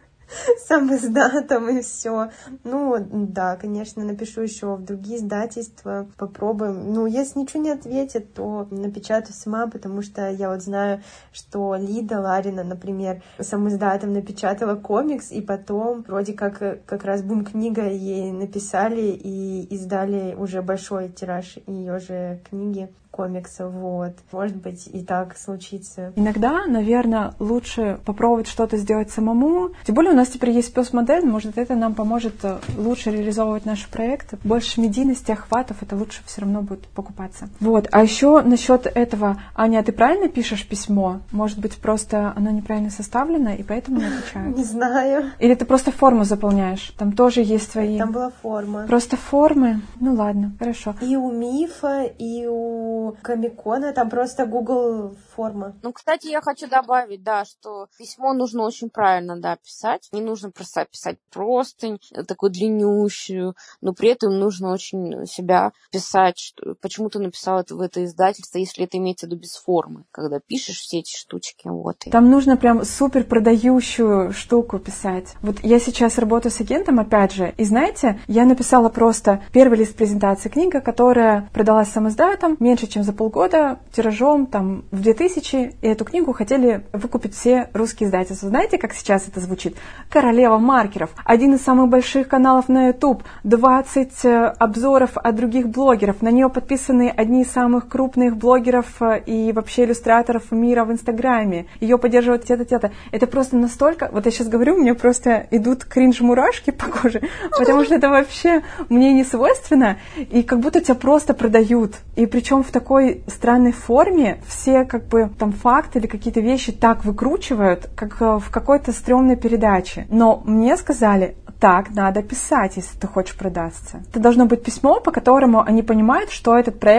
сам издатом, и все. Ну, да, конечно, напишу еще в другие издательства, попробуем. Ну, если ничего не ответят, то напечатаю сама, потому что я вот знаю, что Лида Ларина, например, сам издатом напечатала комикс, и потом вроде как как раз Бум-книга ей написали и издали уже большой тираж ее же книги. Комиксов, вот. Может быть, и так случится. Иногда, наверное, лучше попробовать что-то сделать самому. Тем более у нас теперь есть пёс-модель, может, это нам поможет лучше реализовывать наши проекты. Больше медийности, охватов, это лучше все равно будет покупаться. Вот. А еще насчет этого, Аня, ты правильно пишешь письмо? Может быть, просто оно неправильно составлено, и поэтому не отвечают? Не знаю. Или ты просто форму заполняешь? Там тоже есть свои... Там была форма. Просто формы? Ну ладно, хорошо. И у Мифа, и у Комикона там просто Google форма. Ну, кстати, я хочу добавить, да, что письмо нужно очень правильно, да, писать. Не нужно просто писать простынь, такую длиннющую, но при этом нужно очень себя писать, что, почему ты написал это в это издательство, если это имеется в виду без формы, когда пишешь все эти штучки, вот. Там нужно прям супер продающую штуку писать. Вот я сейчас работаю с агентом, опять же, и знаете, я написала просто первый лист презентации, книга, которая продалась сам издатом меньше, чем за полгода, тиражом там в две тысячи, и эту книгу хотели выкупить все русские издательства. Знаете, как сейчас это звучит? Королева маркеров, один из самых больших каналов на YouTube, двадцать обзоров от других блогеров, на нее подписаны одни из самых крупных блогеров и вообще иллюстраторов мира в Инстаграме, ее поддерживают те-то-те-то. Это просто настолько, вот я сейчас говорю, у меня просто идут кринж-мурашки по коже, потому что это вообще мне не свойственно, и как будто тебя просто продают, и причем в такой странной форме, все как бы там факты или какие-то вещи так выкручивают, как в какой-то стрёмной передаче. Но мне сказали, так надо писать, если ты хочешь продаться. Это должно быть письмо, по которому они понимают, что этот проект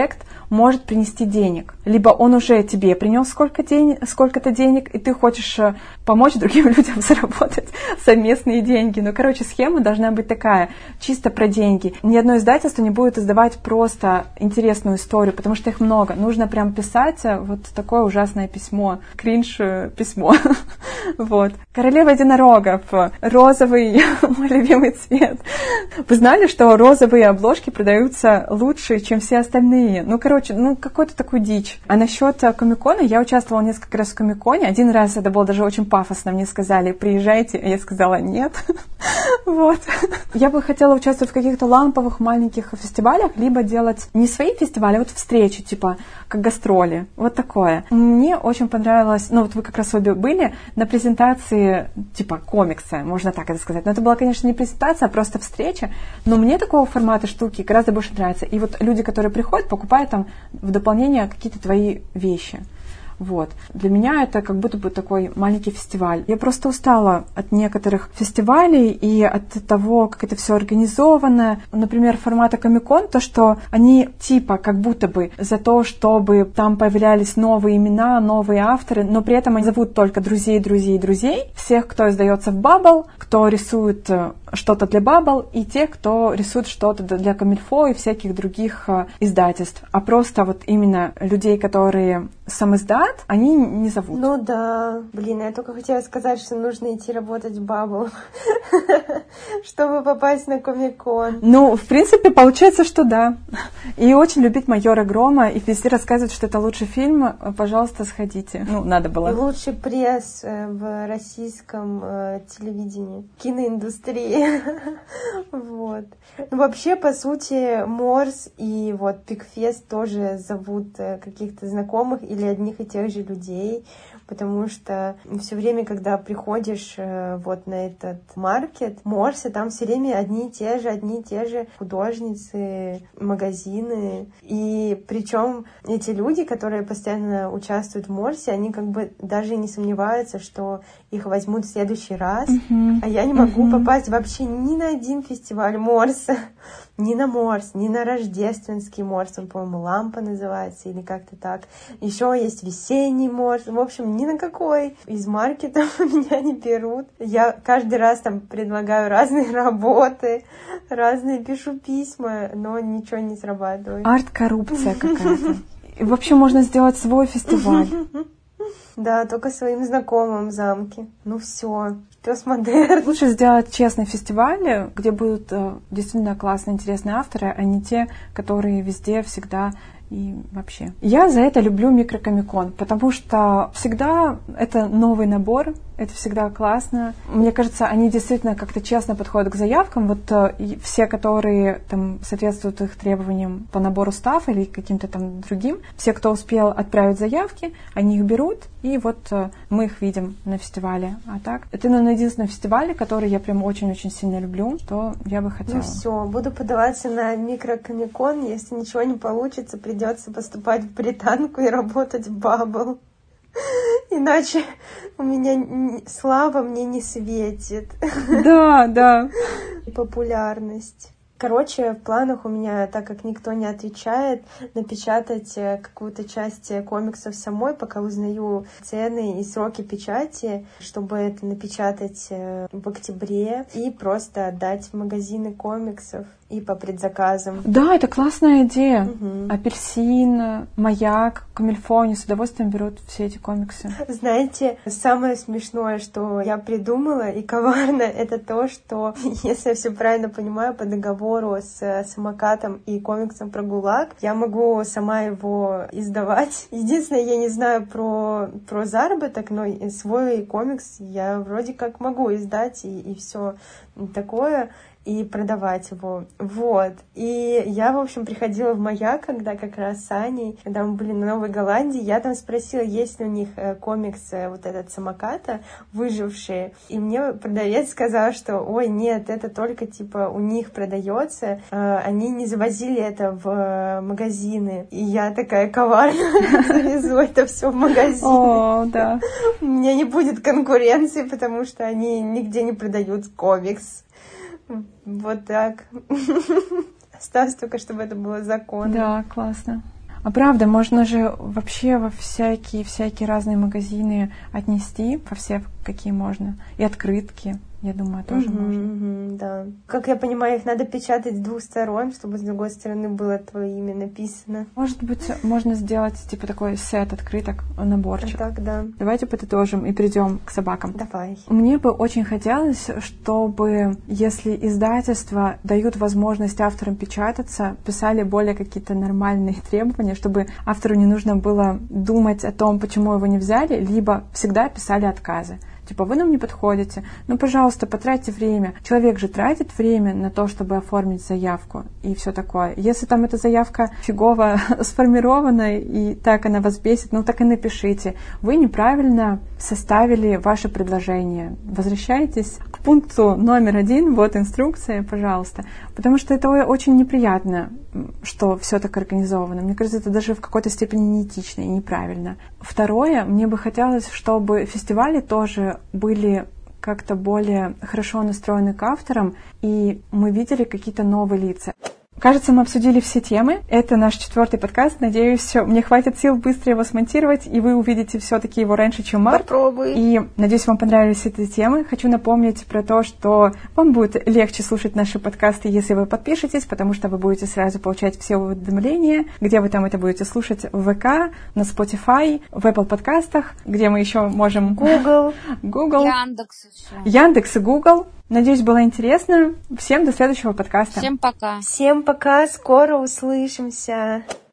может принести денег. Либо он уже тебе принес сколько день, сколько-то денег, и ты хочешь помочь другим людям заработать совместные деньги. Ну, короче, схема должна быть такая, чисто про деньги. Ни одно издательство не будет издавать просто интересную историю, потому что их много. Нужно прям писать вот такое ужасное письмо, кринж-письмо. Вот. «Королева единорогов», розовый, мой любимый цвет. Вы знали, что розовые обложки продаются лучше, чем все остальные? Ну, короче, ну, какой-то такой дичь. А насчет Комик-кона, я участвовала несколько раз в Комик-коне. Один раз это было даже очень пафосно. Мне сказали, приезжайте, а я сказала нет. Вот. Я бы хотела участвовать в каких-то ламповых маленьких фестивалях, либо делать не свои фестивали, а вот встречи, типа, как гастроли. Вот такое. Мне очень понравилось, ну, вот вы как раз обе были на презентации, типа, комикса, можно так это сказать. Но это была, конечно, не презентация, а просто встреча. Но мне такого формата штуки гораздо больше нравится. И вот люди, которые приходят, покупают там в дополнение какие-то твои вещи. Вот. Для меня это как будто бы такой маленький фестиваль. Я просто устала от некоторых фестивалей и от того, как это все организовано. Например, формата Комик-кон, то, что они типа как будто бы за то, чтобы там появлялись новые имена, новые авторы, но при этом они зовут только друзей, друзей, друзей. Всех, кто издается в Bubble, кто рисует что-то для Bubble, и тех, кто рисует что-то для Комильфо и всяких других издательств. А просто вот именно людей, которые сам издат, они не зовут. Ну да, блин, я только хотела сказать, что нужно идти работать в Bubble, чтобы попасть на Комик-кон. Ну, в принципе, получается, что да. И очень любить «Майора Грома», и везде рассказывают, что это лучший фильм. Пожалуйста, сходите. Ну, надо было. И лучший пресс в российском телевидении, киноиндустрии. Вот. Ну, вообще, по сути, Морс и вот Пикфест тоже зовут каких-то знакомых или одних и тех же людей, потому что все время, когда приходишь вот на этот маркет Морса, там все время одни и те же, одни и те же художницы, магазины. И причем эти люди, которые постоянно участвуют в Морсе, они как бы даже не сомневаются, что их возьмут в следующий раз. Uh-huh. А я не могу uh-huh. попасть вообще ни на один фестиваль Морса, ни на Морс, ни на рождественский Морс, он, по-моему, «Лампа» называется, или как-то так. Еще есть весенний Морс. В общем, ни на какой из маркетов меня не берут. Я каждый раз там предлагаю разные работы, разные пишу письма, но ничего не срабатывает. Арт-коррупция какая-то. И вообще можно сделать свой фестиваль. Да, только своим знакомым в замке. Ну все, пёс модерн. Лучше сделать честный фестиваль, где будут э, действительно классные, интересные авторы, а не те, которые везде, всегда и вообще. Я за это люблю микрокомик-кон, потому что всегда это новый набор, это всегда классно. Мне кажется, они действительно как-то честно подходят к заявкам. Вот э, все, которые там соответствуют их требованиям по набору стафф или каким-то там другим, все, кто успел отправить заявки, они их берут, и вот э, мы их видим на фестивале. А так, это, наверное, единственный фестиваль, который я прям очень-очень сильно люблю, то я бы хотела. Ну все, буду подаваться на микрокомик-кон. Если ничего не получится, придется поступать в британку и работать в Bubble. Иначе у меня слава мне не светит. Да, да. Популярность. Короче, в планах у меня, так как никто не отвечает, напечатать какую-то часть комиксов самой, пока узнаю цены и сроки печати, чтобы это напечатать в октябре и просто отдать в магазины комиксов и по предзаказам. Да, это классная идея. Угу. Апельсин, Маяк, Комильфо, они с удовольствием берут все эти комиксы. Знаете, самое смешное, что я придумала и коварно, это то, что, если я все правильно понимаю, по договору с самокатом и комиксом про ГУЛАГ, я могу сама его издавать. Единственное, я не знаю про, про заработок, но свой комикс я вроде как могу издать и, и все такое, и продавать его. Вот. И я, в общем, приходила в Маяк, когда как раз с Аней, когда мы были на Новой Голландии, я там спросила, есть ли у них комикс вот этот самоката, «Выжившие». И мне продавец сказал, что, ой, нет, это только, типа, у них продается, они не завозили это в магазины. И я такая коварная, завезу это все в магазин. О, да. У меня не будет конкуренции, потому что они нигде не продают комикс. Вот так. Осталось только, чтобы это было законно. Да, классно. А правда, можно же вообще во всякие, всякие разные магазины отнести, во все, какие можно. И открытки, я думаю, тоже Мгм, можно. мгм, да. Как я понимаю, их надо печатать с двух сторон, чтобы с другой стороны было твое имя написано. Может быть, можно сделать типа такой сет открыток, наборчик. Так, да. Давайте подытожим и перейдем к собакам. Давай. Мне бы очень хотелось, чтобы, если издательства дают возможность авторам печататься, писали более какие-то нормальные требования, чтобы автору не нужно было думать о том, почему его не взяли, либо всегда писали отказы. Типа, вы нам не подходите, ну, пожалуйста, потратьте время. Человек же тратит время на то, чтобы оформить заявку и все такое. Если там эта заявка фигово сформирована и так она вас бесит, ну, так и напишите. Вы неправильно составили ваше предложение. Возвращайтесь к пункту номер один, вот инструкция, пожалуйста. Потому что это очень неприятно, что все так организовано. Мне кажется, это даже в какой-то степени неэтично и неправильно. Второе, мне бы хотелось, чтобы фестивали тоже были как-то более хорошо настроены к авторам, и мы видели какие-то новые лица. Кажется, мы обсудили все темы. Это наш четвертый подкаст. Надеюсь, мне хватит сил быстро его смонтировать, и вы увидите все-таки его раньше, чем март. Попробуй. И надеюсь, вам понравились эти темы. Хочу напомнить про то, что вам будет легче слушать наши подкасты, если вы подпишетесь, потому что вы будете сразу получать все уведомления, где вы там это будете слушать, в ВК, на Spotify, в Apple подкастах, где мы еще можем... Google. Google. Яндекс еще. Яндекс и Google. Надеюсь, было интересно. Всем до следующего подкаста. Всем пока. Всем пока, скоро услышимся.